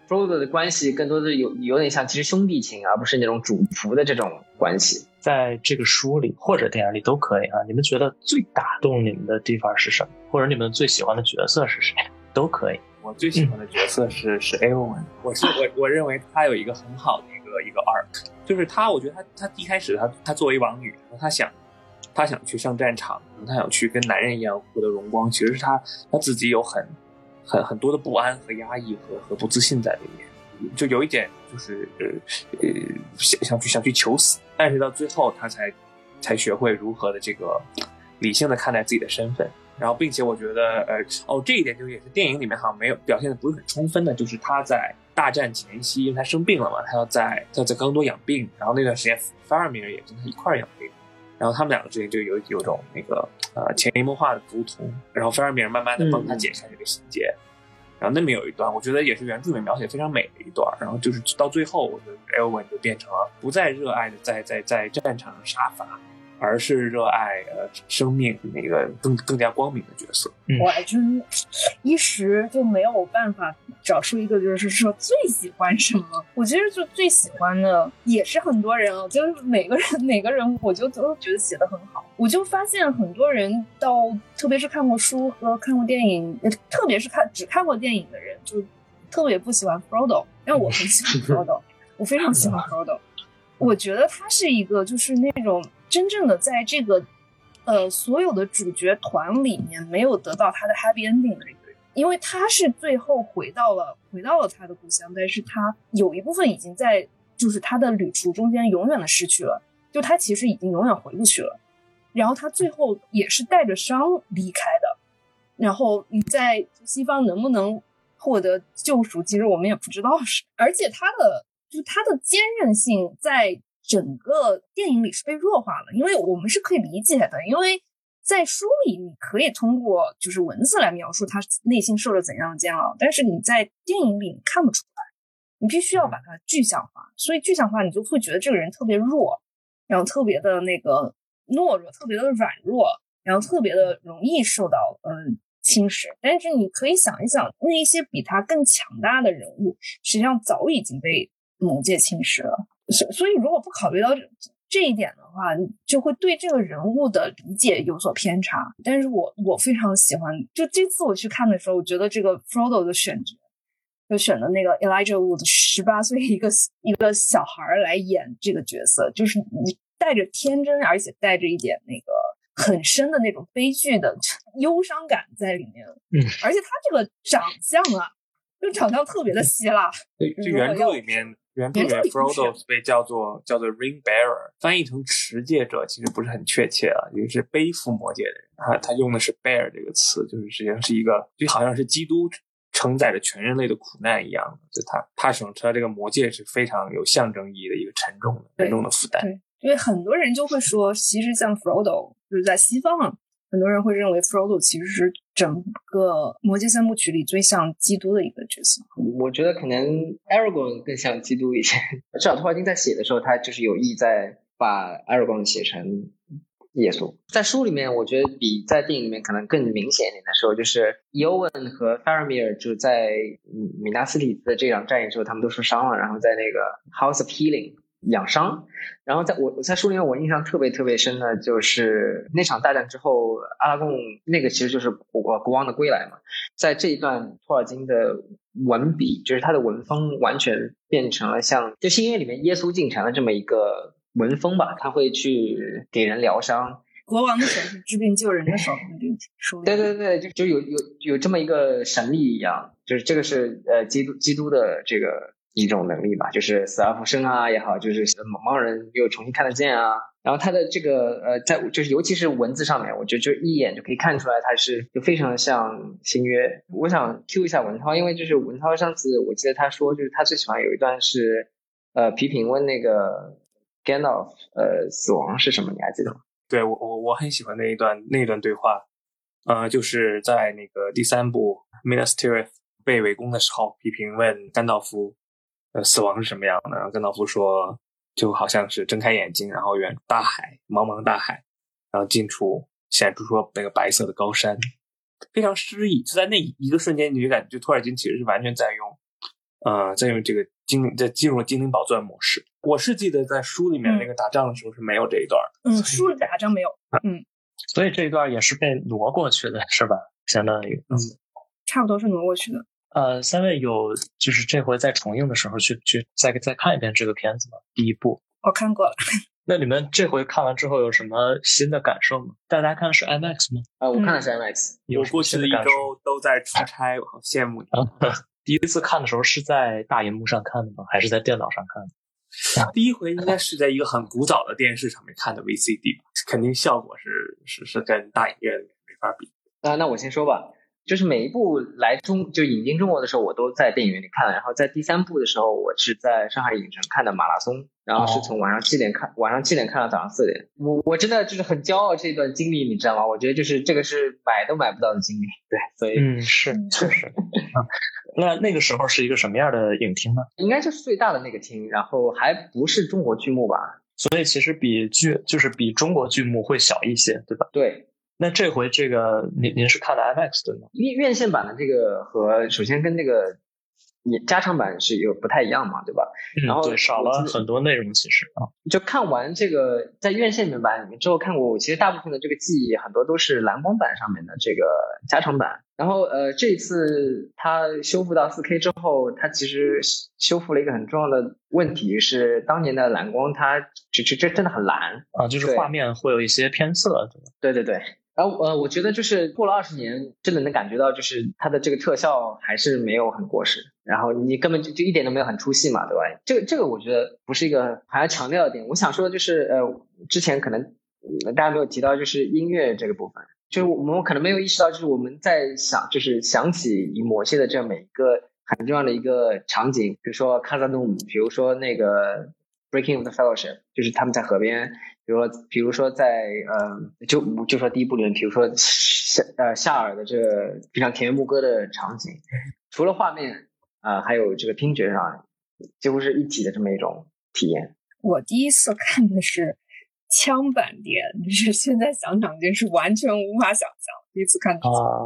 Frodo 的关系更多的有点像其实兄弟情，而不是那种主仆的这种关系。 在这个书里或者电影里都可以啊，你们觉得最打动你们的地方是什么？或者你们最喜欢的角色是谁？都可以。 我最喜欢的角色是 Eowyn， 我认为他有一个很好的一个 arc， 就是我觉得他一开始他作为王女，他想去上战场，他想去跟男人一样获得荣光，其实是他自己有很多的不安和压抑和不自信在里面，就有一点就是想去求死，但是到最后他才学会如何的这个理性的看待自己的身份。然后并且我觉得这一点就也是电影里面好像没有表现的不是很充分的，就是他在大战前夕，因为他生病了嘛，他要在冈多养病，然后那段时间法尔米尔也跟他一块养病，然后他们两个之间就有种那个潜移默化的沟通，然后法尔米尔慢慢的帮他解开这个心结。然后那边有一段我觉得也是原著里面描写非常美的一段，然后就是到最后我觉得 Eowyn 就变成了不再热爱的在战场上杀伐，而是热爱生命那个更加光明的角色。 我还真一时就没有办法找出一个就是说最喜欢什么。我其实就最喜欢的也是很多人啊，就是每个人我就都觉得写得很好。我就发现很多人特别是看过书和看过电影，特别是只看过电影的人，就特别不喜欢 Frodo， 但我很喜欢 Frodo， 我非常喜欢 Frodo。我觉得他是一个就是那种真正的在这个所有的主角团里面没有得到他的 happy ending 的一个人，因为他是最后回到了他的故乡，但是他有一部分已经在就是他的旅途中间永远的失去了，就他其实已经永远回不去了，然后他最后也是带着伤离开的。然后你在西方能不能获得救赎，其实我们也不知道是，而且他的坚韧性在整个电影里是被弱化了，因为我们是可以理解的，因为在书里你可以通过就是文字来描述他内心受了怎样的煎熬，但是你在电影里你看不出来，你必须要把它具象化，所以具象化你就会觉得这个人特别弱，然后特别的那个懦弱，特别的软弱，然后特别的容易受到侵蚀。但是你可以想一想，那些比他更强大的人物实际上早已经被魔戒侵蚀了。所以如果不考虑到这一点的话，就会对这个人物的理解有所偏差。但是我非常喜欢，就这次我去看的时候，我觉得这个 Frodo 的选角就选的那个 Elijah Wood 18岁一个小孩来演这个角色，就是你带着天真，而且带着一点那个很深的那种悲剧的忧伤感在里面。而且他这个长相啊，就长相特别的希腊。 就原著里面 Frodo 被叫做 Ring Bearer， 翻译成持戒者其实不是很确切啊，也就是背负魔戒的人。他用的是 bear 这个词，就是实际上是一个就好像是基督承载着全人类的苦难一样的，就他手持这个魔戒是非常有象征意义的一个沉重的负担。 对，因为很多人就会说，其实像 Frodo 就是在西方啊，很多人会认为 Frodo 其实是整个魔戒三部曲里最像基督的一个角色。 我觉得可能 Aragorn 更像基督一些，至少托尔金在写的时候，他就是有意在把 Aragorn 写成耶稣。在书里面我觉得比在电影里面可能更明显一点的时候，就是 Eowyn 和 Faramir 就在米纳斯里兹的这场战役之后他们都受伤了，然后在那个 House of Healing 养伤。然后我在书里面我印象特别特别深的就是那场大战之后，阿拉贡那个其实就是国王的归来嘛，在这一段托尔金的文笔，就是他的文风完全变成了像就新约里面耶稣进城的这么一个文风吧，他会去给人疗伤， 国王的手是治病救人的手。 对对对，就有这么一个神力一样，就是这个是基督的这个一种能力吧，就是死而复生啊也好，就是盲人又重新看得见啊。然后他的这个在就是尤其是文字上面，我觉得就一眼就可以看出来他是就非常像新约。我想 Q 一下文涛，因为就是文涛上次我记得他说就是他最喜欢有一段是皮评问那个 Gandalf 死亡是什么，你还记得吗？ 对，我很喜欢那一段对话，就是在那个第3部 Minas Tirith 被围攻的时候，皮评问甘道夫死亡是什么样的，然后甘道夫说就好像是睁开眼睛，然后远大海，茫茫大海，然后近处显出说那个白色的高山，非常诗意。就在那一个瞬间，你就感觉就托尔金其实是完全在用再用这个再进入精灵宝钻模式。我是记得在书里面那个打仗的时候是没有这一段。 书里打仗没有。 所以这一段也是被挪过去的，是吧？相当于差不多是挪过去的。 三位有就是这回在重映的时候去再看一遍这个片子吗？第一部我看过了。 那你们这回看完之后有什么新的感受吗？大家看的是 IMAX 吗？ 我看的是 IMAX。 有我过去的一周都在出差，我好羡慕你。 第一次看的时候是在大荧幕上看的吗？还是在电脑上看的？ 第一回应该是在一个很古早的电视上面看的 VCD， 肯定效果是跟大影院里面没法比。 那我先说吧，就是每一部就引进中国的时我都在电影院里看，然后在第3部的时候，我是在上海影城看的马拉松，然后是从晚上7点看到早上4点。我真的就是很骄傲这段经历，你知道吗？我觉得就是这个是买都买不到的经历。对，所以是确实。那个时候是一个什么样的影厅呢？ 应该就是最大的那个厅，然后还不是中国剧目吧？ 所以其实比中国剧目会小一些，对吧？ 对。 那这回这个您是看的 IMAX 对吗？ 院线版的这个和首先跟那个加长版是有不太一样嘛，对吧？然后对，少了很多内容，其实就看完这个在院线版里面之后看过，我其实大部分的这个记忆很多都是蓝光版上面的这个加长版。然后这一次它修复到 4K 之后，它其实修复了一个很重要的问题，是当年的蓝光它这真的很蓝就是画面会有一些偏色， 对吧？对。然后我觉得就是过了20年，真的能感觉到就是它的这个特效还是没有很过时，然后你根本就一点都没有很出戏嘛，对吧？这个我觉得不是一个还要强调的点。我想说的就是之前可能大家没有提到就是音乐这个部分，就是我们可能没有意识到，就是我们在想起某些的这每一个很重要的一个场景，比如说卡萨努姆，比如说那个 Breaking of the Fellowship， 就是他们在河边，比如说在就说第一部里面，比如说夏尔的这个非常田园牧歌的场景，除了画面还有这个听觉上几乎是一体的这么一种体验。 我第一次看的是枪版碟，就是现在想想真是完全无法想象。第一次看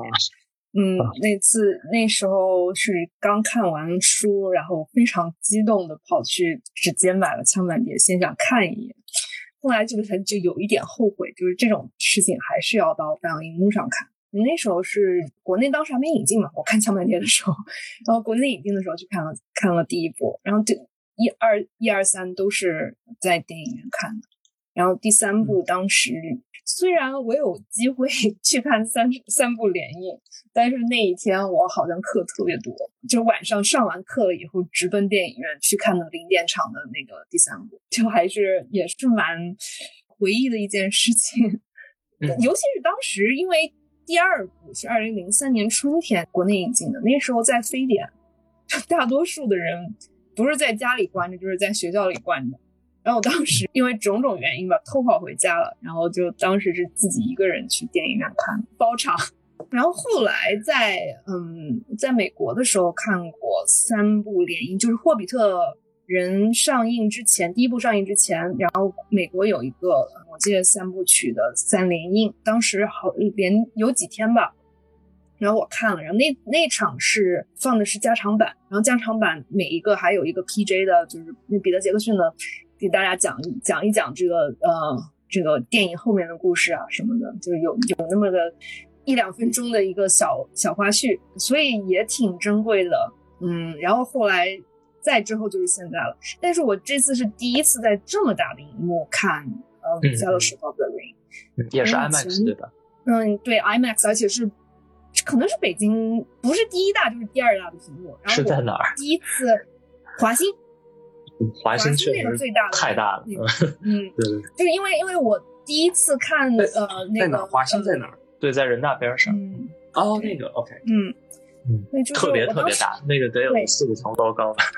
那时候是刚看完书，然后非常激动的跑去直接买了枪版碟，先想看一眼。后来就有一点后悔，就是这种事情还是要到大荧幕上看。那时候是国内当时还没引进嘛，我看枪版碟的时候，然后国内引进的时候去看了第一部，然后一二三都是在电影院看的。然后第3部当时虽然我有机会去看三部联映，但是那一天我好像课特别多，就晚上上完课了以后直奔电影院去看了零点场的那个第3部，就也是蛮回忆的一件事情。尤其是当时因为第2部是2003年春天国内引进的，那时候在非典，大多数的人不是在家里关着就是在学校里关着。然后我当时因为种种原因吧，偷跑回家了，然后就当时是自己一个人去电影院看包场。然后后来在美国的时候看过3部联映，就是霍比特人上映之前，第1部上映之前，然后美国有一个我记得3部曲的3联映，当时连有几天吧，然后我看了，然后那场是放的是加长版，然后加长版每一个还有一个 PJ 的，就是那彼得杰克逊的，给大家讲一讲这个电影后面的故事啊什么的，就有那么个1-2分钟的一个小花絮，所以也挺珍贵的。然后后来再之后就是现在了，但是我这次是第一次在这么大的荧幕看Fellowship of the Ring， 也是 IMAX 对吧？ 对 IMAX， 而且是可能是北京不是第1大就是第2大的屏幕。然后是在哪儿？ 第一次华兴确实最大的太大了。 对， 就是因为我第一次看那个华兴在哪儿？ 对，在人大边上。 那个 OK。 特别大，那个得有4-5层楼高吧。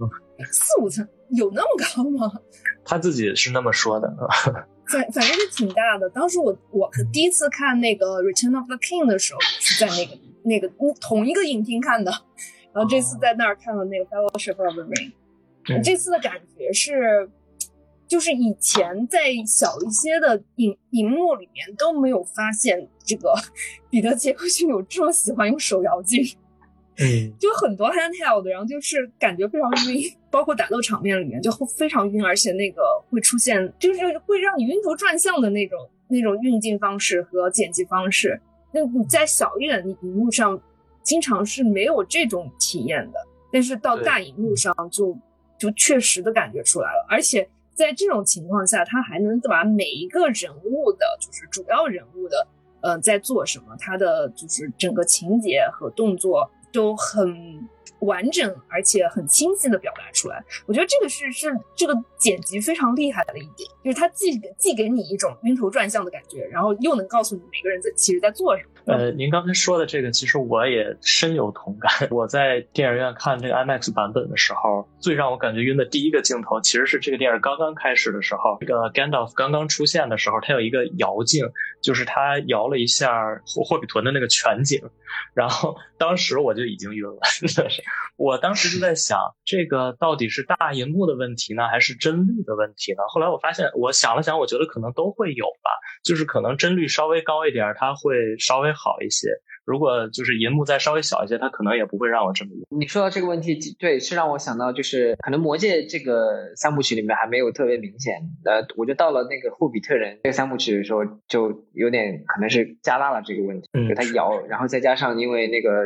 4-5层有那么高吗？ 他自己是那么说的。 反正是挺大的。当时我第一次看那个 Return of the King 的时候是在那个同一个影厅看的，然后这次在那儿看了那个 Fellowship of the Ring。这次的感觉是就是以前在小一些的荧幕里面都没有发现这个彼得杰克逊有这么喜欢用手摇镜， 就很多 handheld， 然后就是感觉非常晕，包括打斗场面里面就非常晕，而且那个会出现就是会让你晕头转向的那种运镜方式和剪辑方式。那你在小一点的荧幕上经常是没有这种体验的，但是到大荧幕上就确实的感觉出来了。而且在这种情况下，他还能把每一个人物的就是主要人物的在做什么，他的就是整个情节和动作都很完整而且很清晰的表达出来。我觉得这个是这个剪辑非常厉害的一点，就是它既给你一种晕头转向的感觉，然后又能告诉你每个人其实在做什么。 您刚才说的这个其实我也深有同感。我在电影院看这个 IMAX 版本的时候，最让我感觉晕的第一个镜头其实是这个电影刚刚开始的时候，这个 Gandalf 刚刚出现的时候，他有一个摇镜，就是他摇了一下霍比屯的那个全景，然后当时我就已经晕了。我当时就在想，这个到底是大银幕的问题呢，还是帧率的问题呢？后来我发现，我想了想，我觉得可能都会有吧，就是可能帧率稍微高一点，它会稍微好一些。如果就是银幕再稍微小一些，它可能也不会让我这么晕。 你说到这个问题，对，是让我想到，就是可能魔戒这个三部曲里面还没有特别明显，我觉得到了那个霍比特人这个三部曲的时候，就有点可能是加大了这个问题，就它摇，然后再加上因为那个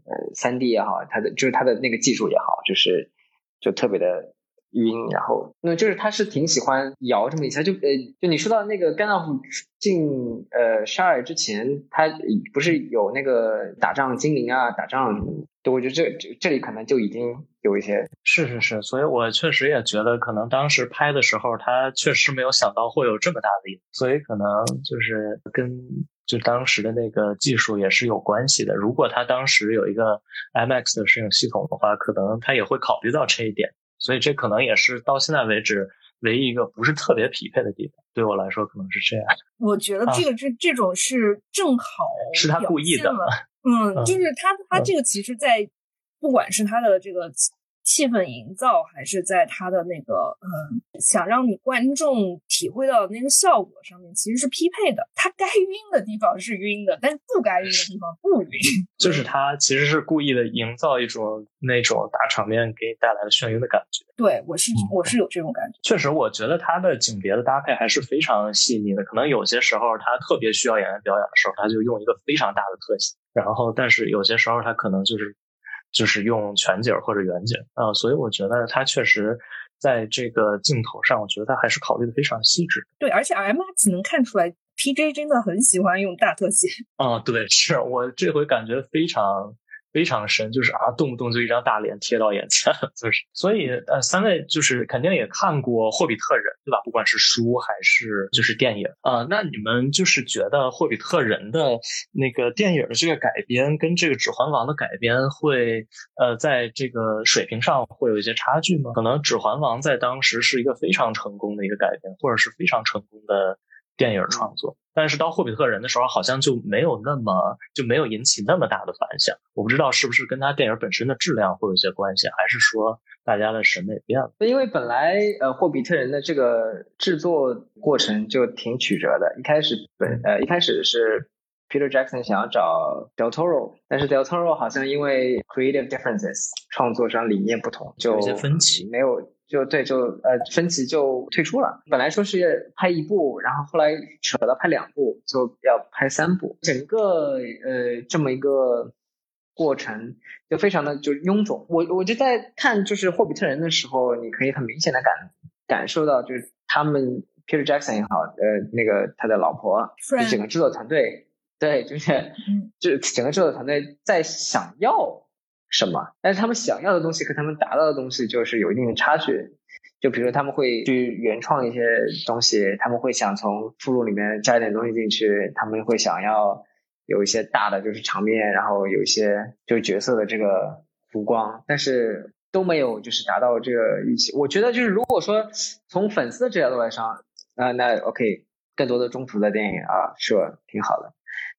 3D 也好，它的那个技术也好，就特别的晕，然后那就是他是挺喜欢摇这么一下，就你说到那个甘道夫进沙尔之前，他不是有那个打仗精灵啊，打仗，对，我觉得这里可能就已经有一些是，所以我确实也觉得可能当时拍的时候，他确实没有想到会有这么大的影响，所以可能就是就当时的那个技术也是有关系的。如果他当时有一个 IMAX 的摄影系统的话，可能他也会考虑到这一点。所以这可能也是到现在为止唯一一个不是特别匹配的地方，对我来说可能是这样。 我觉得这种是正好是他故意的， 就是他这个其实在不管是他的这个气氛营造，还是在他的那个想让你观众体会到那个效果上面，其实是匹配的。他该晕的地方是晕的，但是不该晕的地方不晕。 就是他其实是故意的营造一种那种大场面给你带来的眩晕的感觉。 对，我是有这种感觉。 确实，我觉得他的景别的搭配还是非常细腻的。可能有些时候他特别需要演员表演的时候，他就用一个非常大的特写，然后但是有些时候他可能就是用全景或者远景所以我觉得他确实在这个镜头上，我觉得他还是考虑的非常细致。 对，而且 IMAX 能看出来 PJ 真的很喜欢用大特写。 对，是我这回感觉非常非常深，就是动不动就一张大脸贴到眼前，就是所以三位就是肯定也看过霍比特人对吧，不管是书还是就是电影那你们就是觉得霍比特人的那个电影的这个改编跟这个指环王的改编会在这个水平上会有一些差距吗？可能指环王在当时是一个非常成功的一个改编，或者是非常成功的电影创作，但是到霍比特人的时候好像就没有引起那么大的反响。我不知道是不是跟他电影本身的质量会有一些关系，还是说大家的审美变了。 因为本来霍比特人的这个制作过程就挺曲折的，一开始是 Peter Jackson 想要找 Del Toro， 但是 Del Toro 好像因为 creative differences 创作上理念不同，就有些分歧， 没有分歧就退出了。本来说是拍1部，然后后来扯到拍2部，就要拍3部，整个这么一个过程就非常的就臃肿。我就在看就是霍比特人的时候，你可以很明显的感受到，就是他们 Peter Jackson 也好，那个他的老婆，就整个制作团队，对，就是整个制作团队在想要什么，但是他们想要的东西和他们达到的东西就是有一定的差距。就比如说他们会去原创一些东西，他们会想从附录里面加一点东西进去，他们会想要有一些大的就是场面，然后有一些就是角色的这个弧光，但是都没有就是达到这个预期。我觉得就是如果说从粉丝的角度来上那 OK， 更多的中途的电影是挺好的，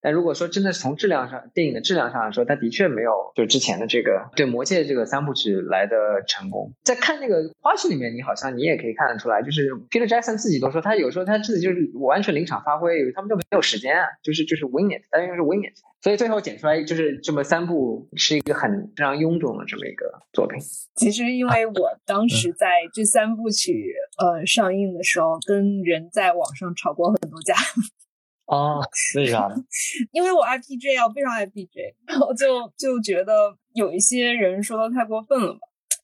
但如果说真的是从质量上，电影的质量上来说，它的确没有就之前的这个对魔戒这个3部曲来的成功。在看那个花絮里面，你也可以看得出来，就是 Peter Jackson 自己都说，他有时候他自己就是完全临场发挥，他们就没有时间啊，就是 wing it， 但是 wing it， 所以最后剪出来就是这么3部是一个非常臃肿的这么一个作品。 其实因为我当时在这3部曲上映的时候，跟人在网上吵过很多架。 为啥呢？ 因为我爱 PJ 啊，我非常爱 PJ， 然后就觉得有一些人说的太过分了吧。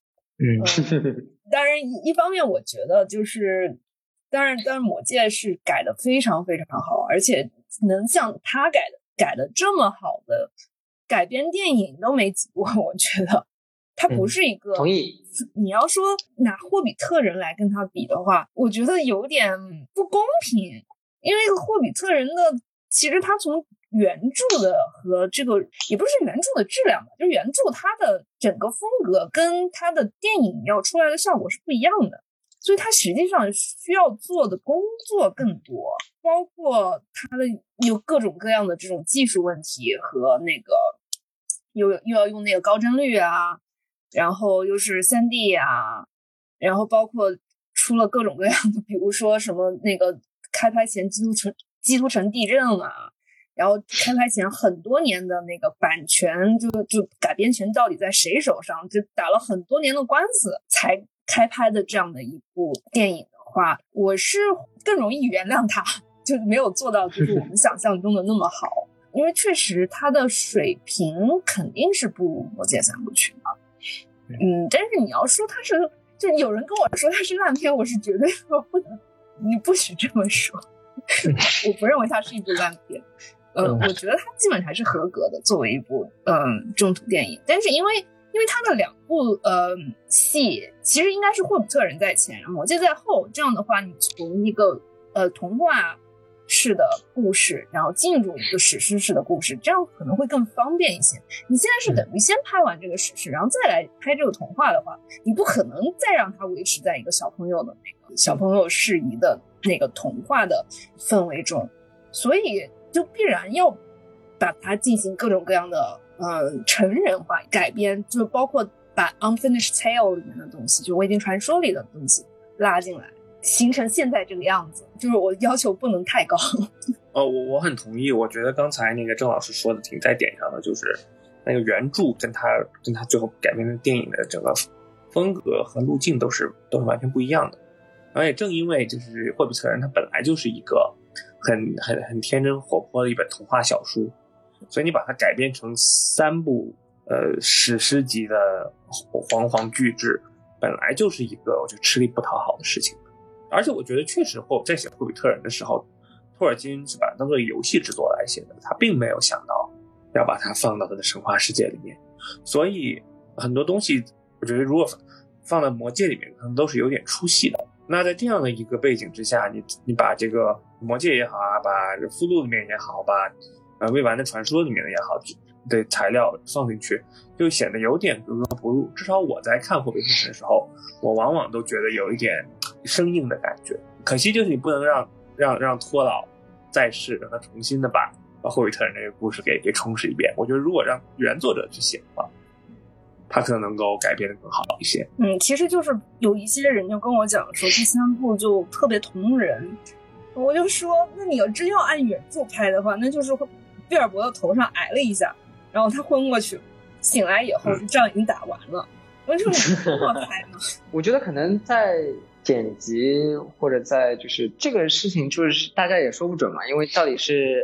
当然一方面我觉得就是当然魔戒是改的非常非常好，而且能像他改的这么好的改编电影都没几部，我觉得他不是一个同意。 你要说拿霍比特人来跟他比的话，我觉得有点不公平。因为霍比特人的其实他从原著的和这个也不是原著的质量吧，就原著它的整个风格跟它的电影要出来的效果是不一样的，所以它实际上需要做的工作更多，包括它的有各种各样的这种技术问题和那个又要用那个高帧率啊，然后又是 3D 啊，然后包括出了各种各样的，比如说什么那个开拍前基督城地震啊，然后开拍前很多年的那个版权就改编权到底在谁手上，就打了很多年的官司才开拍的这样的一部电影的话，我是更容易原谅他，就没有做到就是我们想象中的那么好。因为确实他的水平肯定是不如魔戒3部曲的。但是你要说他是，就有人跟我说他是烂片，我是绝对你不许这么说。我不认为它是一部烂片。我觉得它基本还是合格的，作为一部中土电影。但是因为它的2部戏其实应该是霍比特人在前，魔戒在后，这样的话你从一个童话式的故事，然后进入一个史诗式的故事，这样可能会更方便一些。你现在是等于先拍完这个史诗，然后再来拍这个童话的话，你不可能再让它维持在一个小朋友的那个小朋友适宜的那个童话的氛围中，所以就必然要把它进行各种各样的成人化改编，就包括把 Unfinished Tale 里面的东西，就未定传说里的东西拉进来，形成现在这个样子。就是我要求不能太高。 我很同意，我觉得刚才那个郑老师说的挺在点上的，就是那个原著跟他最后改编的电影的整个风格和路径都是完全不一样的。然后也正因为就是霍比特人他本来就是一个很天真活泼的一本童话小书，所以你把它改编成3部史诗级的煌煌巨制，本来就是一个我觉得吃力不讨好的事情。而且我觉得确实在写霍比特人的时候，托尔金是把它当做游戏制作来写的，他并没有想到要把它放到他的神话世界里面，所以很多东西我觉得如果放到魔戒里面可能都是有点出戏的。那在这样的一个背景之下，你把这个魔戒也好啊，把附录里面也好，把未完的传说里面的也好的材料放进去，就显得有点格格不入。至少我在看霍比特人的时候，我往往都觉得有一点生硬的感觉。可惜就是你不能让托老在世，让他重新的把霍比特人这个故事给充实一遍。我觉得如果让原作者去写的话，他可能能够改变得更好一些。 其实就是有一些人就跟我讲说第3部就特别同人，我就说那你要真要按原著拍的话，那就是比尔博的头上挨了一下，然后他昏过去，醒来以后仗已经打完了。为什么这么拍呢？ 我觉得可能在剪辑或者在就是这个事情，就是大家也说不准嘛，因为到底是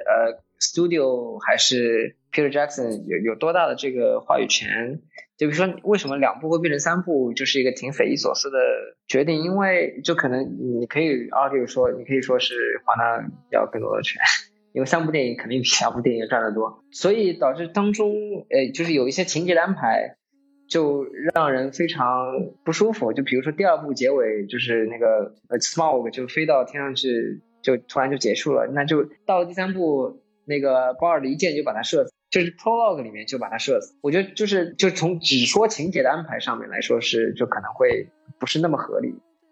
studio 还是 Peter Jackson 有多大的这个话语权。就比如说为什么2部会变成3部，就是一个挺匪夷所思的决定。因为就可能你可以 argue 说，你可以说是华纳要更多的权，因为3部电影肯定比2部电影赚得多，所以导致当中就是有一些情节的安排就让人非常不舒服。就比如说第2部结尾就是那个Smaug 就飞到天上去，就突然就结束了，那就到了第3部那个鲍尔的一箭就把他射死，就是 prologue 里面就把他射死。我觉得就从只说情节的安排上面来说就可能会不是那么合理。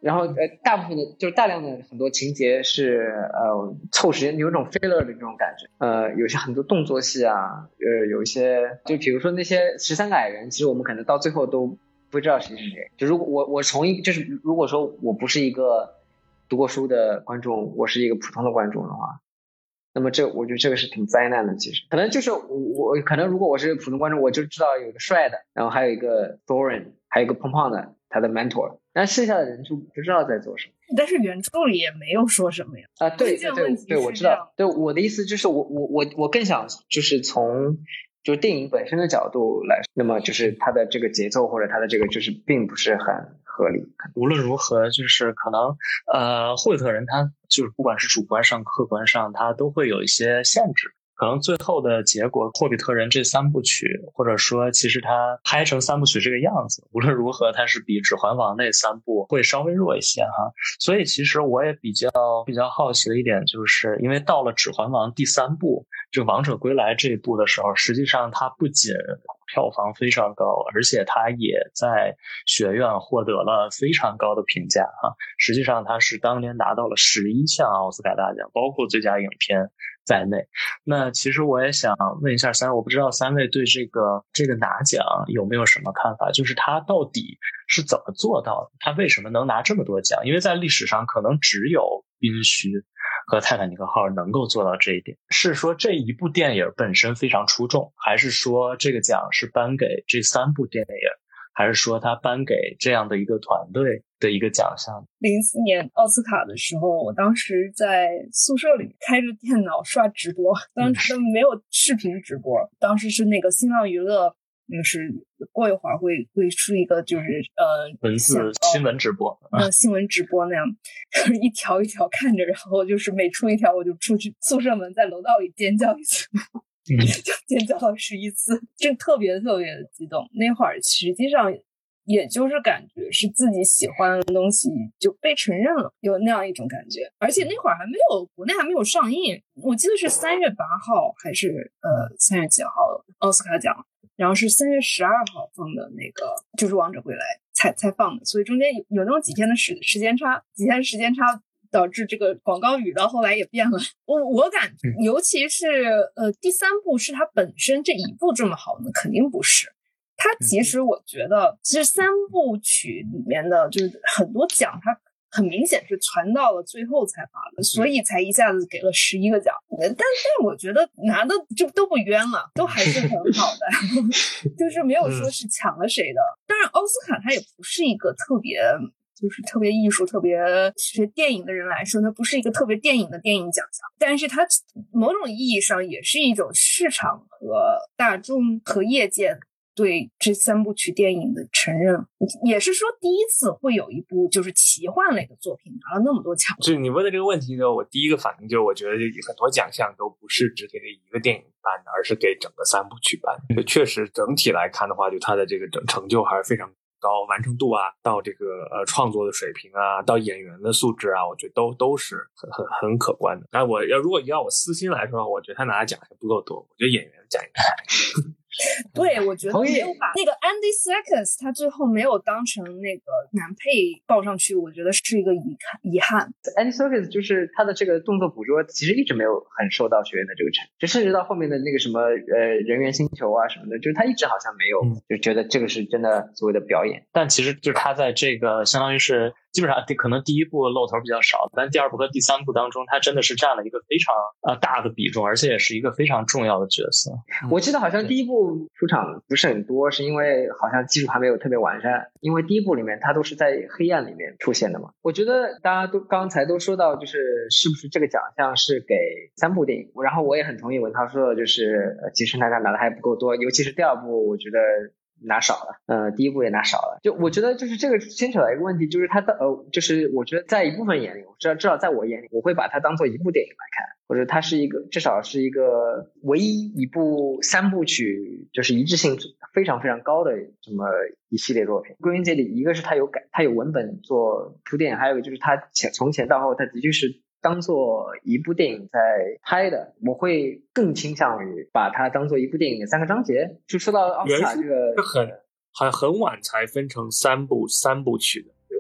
然后大部分的就是大量的很多情节是凑时间，有一种 filler 的这种感觉。有些很多动作戏啊，有一些就比如说那些13个矮人，其实我们可能到最后都不知道谁是谁。就如果我从就是如果说我不是一个读过书的观众，我是一个普通的观众的话，那么我觉得这个是挺灾难的。其实可能就是我可能如果我是普通观众，我就知道有一个帅的，然后还有一个 Thorin， 还有一个胖胖的他的 mentor， 但剩下的人就不知道在做什么。 但是原著里也没有说什么呀。 对，我知道。对，我的意思就是我更想就是从就是电影本身的角度来说，那么就是它的这个节奏或者它的这个就是并不是很合理。 无论如何，就是可能霍比特人他就是不管是主观上客观上，他都会有一些限制。可能最后的结果，霍比特人这3部曲，或者说其实他拍成3部曲这个样子，无论如何他是比指环王那3部会稍微弱一些哈。所以其实我也比较好奇的一点，就是因为到了指环王第3部这个王者归来这一部的时候，实际上它不仅票房非常高，而且它也在学院获得了非常高的评价哈。实际上它是当年拿到了11项奥斯卡大奖，包括最佳影片在内。那其实我也想问一下3位，我不知道3位对这个拿奖有没有什么看法，就是他到底是怎么做到的，他为什么能拿这么多奖？因为在历史上可能只有宾虚和泰坦尼克号能够做到这一点。是说这一部电影本身非常出众，还是说这个奖是颁给这3部电影，还是说他颁给这样的一个团队的一个奖项 ？04年奥斯卡的时候，我当时在宿舍里开着电脑刷直播，当时没有视频直播，当时是那个新浪娱乐，就是过一会儿会出一个就是文字新闻直播， 新闻直播那样，就是一条一条看着，然后就是每出一条我就出去宿舍门，在楼道里尖叫一次。就尖叫了11次，真特别特别的激动。那会儿实际上也就是感觉是自己喜欢的东西就被承认了，有那样一种感觉。而且那会儿国内还没有上映，我记得是3月8号还是3月几号奥斯卡奖，然后是3月12号放的那个就是王者归来才放的，所以中间有那种几天的时间差，导致这个广告语到后来也变了。我感觉尤其是第3部是它本身这一部这么好呢，肯定不是。它其实我觉得其实3部曲里面的就是很多奖它很明显是传到了最后才发的，所以才一下子给了11个奖。但我觉得拿的就都不冤了，都还是很好的。就是没有说是抢了谁的。当然奥斯卡它也不是一个特别艺术特别学电影的人来说，它不是一个特别电影的电影奖项，但是它某种意义上也是一种市场和大众和业界对这3部曲电影的承认，也是说第一次会有一部就是奇幻类的作品拿了那么多奖。 就你问的这个问题呢，我第一个反应就是我觉得很多奖项都不是只给一个电影颁的，而是给整个3部曲颁。确实整体来看的话，就它的这个成就还是非常高，完成度啊，到这个创作的水平啊，到演员的素质啊，我觉得都是很可观的。但如果要我私心来说，我觉得他拿的奖还不够多，我觉得演员的奖应该对，我觉得没有把那个 Andy Serkis 他最后没有当成那个男配报上去，我觉得是一个遗憾。 Andy Serkis 就是他的这个动作捕捉其实一直没有很受到学院的这个承认，就甚至到后面的那个什么人猿星球啊什么的，就是他一直好像没有就觉得这个是真的所谓的表演。 但其实就是他在这个相当于是基本上可能第1部露头比较少，但第2部和第3部当中他真的是占了一个非常大的比重，而且也是一个非常重要的角色。 我记得好像第1部出场不是很多，是因为好像技术还没有特别完善，因为第1部里面他都是在黑暗里面出现的嘛。我觉得大家都刚才都说到就是是不是这个奖项是给3部电影，然后我也很同意文涛说的，就是其实拿的还不够多，尤其是第2部我觉得拿少了，第1部也拿少了。就我觉得就是这个牵扯到一个问题，就是它的就是我觉得在一部分眼里，至少在我眼里，我会把它当做一部电影来看，或者它是一个至少是一个唯一一部3部曲就是一致性非常非常高的这么一系列作品。归根结底，一个是它有文本做铺垫，还有一个就是它从前到后它的确是当做一部电影在拍的，我会更倾向于把它当做一部电影的3个章节。就说到奥斯卡这个很晚才分成三部曲的，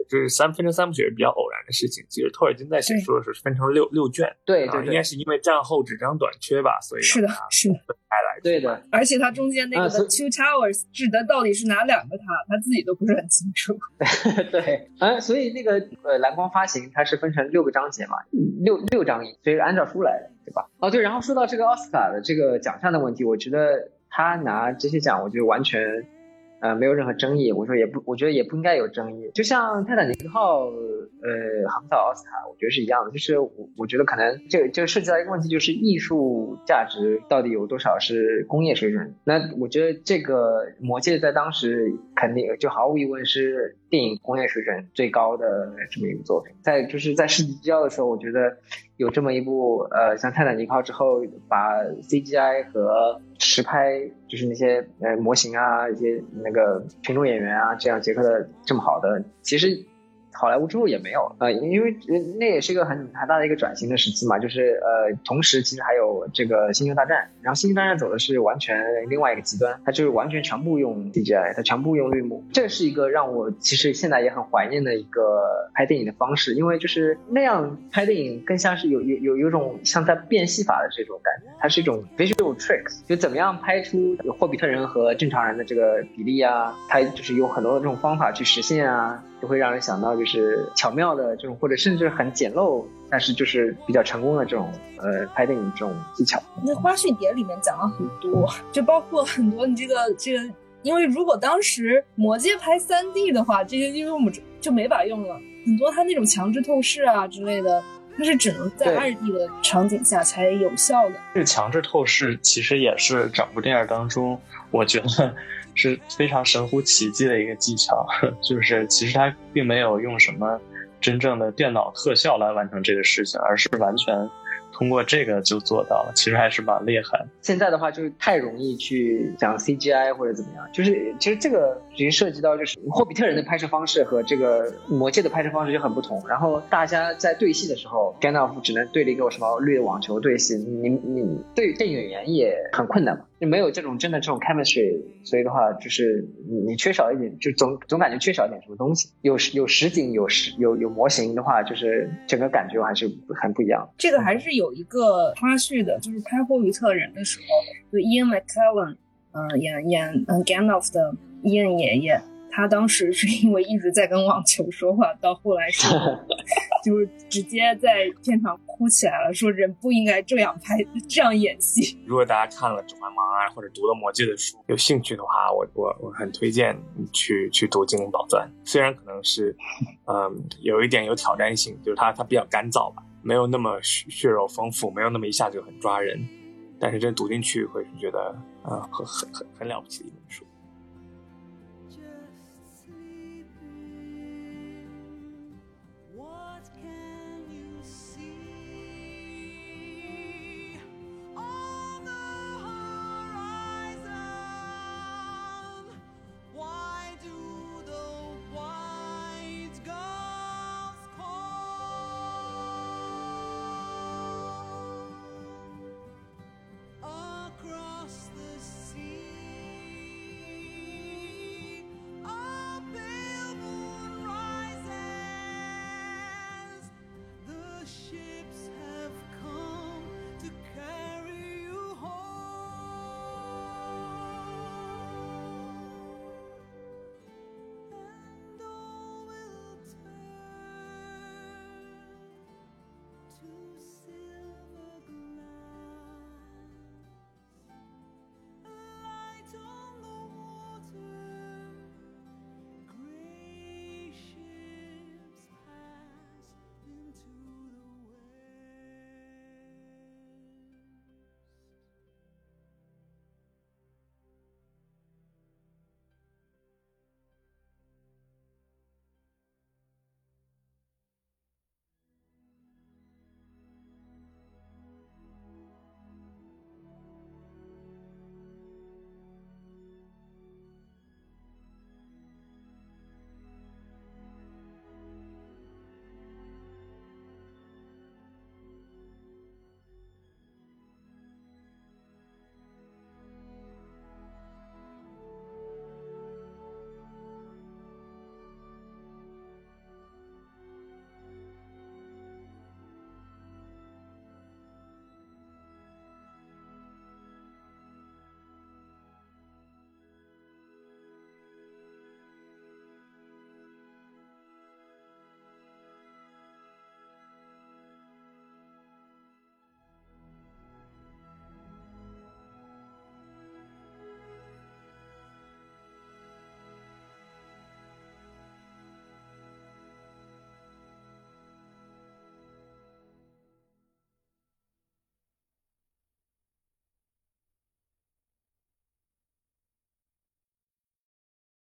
就是分成三部曲是比较偶然的事情。其实托尔金在写书的时候是分成六卷， 对， 应该是因为战后纸张短缺吧，所以是的是的分开来。 对的， 而且他中间那个 The Two Towers 指的到底是哪两个他自己都不是很清楚。 对，所以那个蓝光发行它是分成6个章节嘛，6章，所以是按照书来的，对吧？对，然后说到这个奥斯卡的这个奖项的问题，我觉得他拿这些奖，我觉得完全没有任何争议。我觉得也不应该有争议。就像泰坦尼克号横扫奥斯卡，我觉得是一样的。就是我觉得可能这个涉及到一个问题，就是艺术价值到底有多少是工业水准。那我觉得这个魔戒在当时肯定就毫无疑问是电影工业水准最高的这么一部作品。就是在世纪之交的时候，我觉得有这么一部像泰坦尼克号之后把 CGI 和实拍就是那些模型啊，一些那个群众演员啊，这样结合的这么好的，其实好莱坞之后也没有因为那也是一个很大的一个转型的时期嘛，就是同时其实还有这个星球大战，然后星球大战走的是完全另外一个极端，它就是完全全部用 CGI， 它全部用绿幕，这是一个让我其实现在也很怀念的一个拍电影的方式，因为就是那样拍电影更像是有种像在变戏法的这种感觉，它是一种 visual tricks， 就怎么样拍出霍比特人和正常人的这个比例啊，它就是有很多的这种方法去实现啊，就会让人想到就是巧妙的这种，或者甚至很简陋但是就是比较成功的这种拍电影这种技巧。 那花絮碟里面讲了很多，就包括很多你这个，因为如果当时魔戒拍3D 的话，这些因为我们就没法用了，很多它那种强制透视啊之类的，它是只能在2D 的场景下才有效的。 这个强制透视其实也是整部电影当中我觉得是非常神乎其技的一个技巧，就是其实它并没有用什么真正的电脑特效来完成这个事情，而是完全通过这个就做到了，其实还是蛮厉害。 现在的话就是太容易去讲 CGI 或者怎么样，就是其实这个已经涉及到就是霍比特人的拍摄方式和这个魔戒的拍摄方式就很不同，然后大家在对戏的时候 Gandalf 只能对着一个什么绿的网球对戏，你对电影演员也很困难嘛，就没有这种真的这种 chemistry， 所以的话就是你缺少一点，就总感觉缺少一点什么东西。有实景有模型的话，就是整个感觉还是很不一样。 这个还是有一个花絮的，就是拍霍比特人的时候，就 Ian McKellen 演Gandalf 的伊恩爷爷，他当时是因为一直在跟网球说话，到后来是就是直接在片场哭起来了，说人不应该这样拍这样演戏。 如果大家看了《指环王》啊，或者读了《魔戒》的书，有兴趣的话，我很推荐去读《精灵宝钻》，虽然可能是有一点有挑战性，就是它比较干燥吧，没有那么血肉丰富，没有那么一下就很抓人，但是真读进去会觉得很了不起的一本书。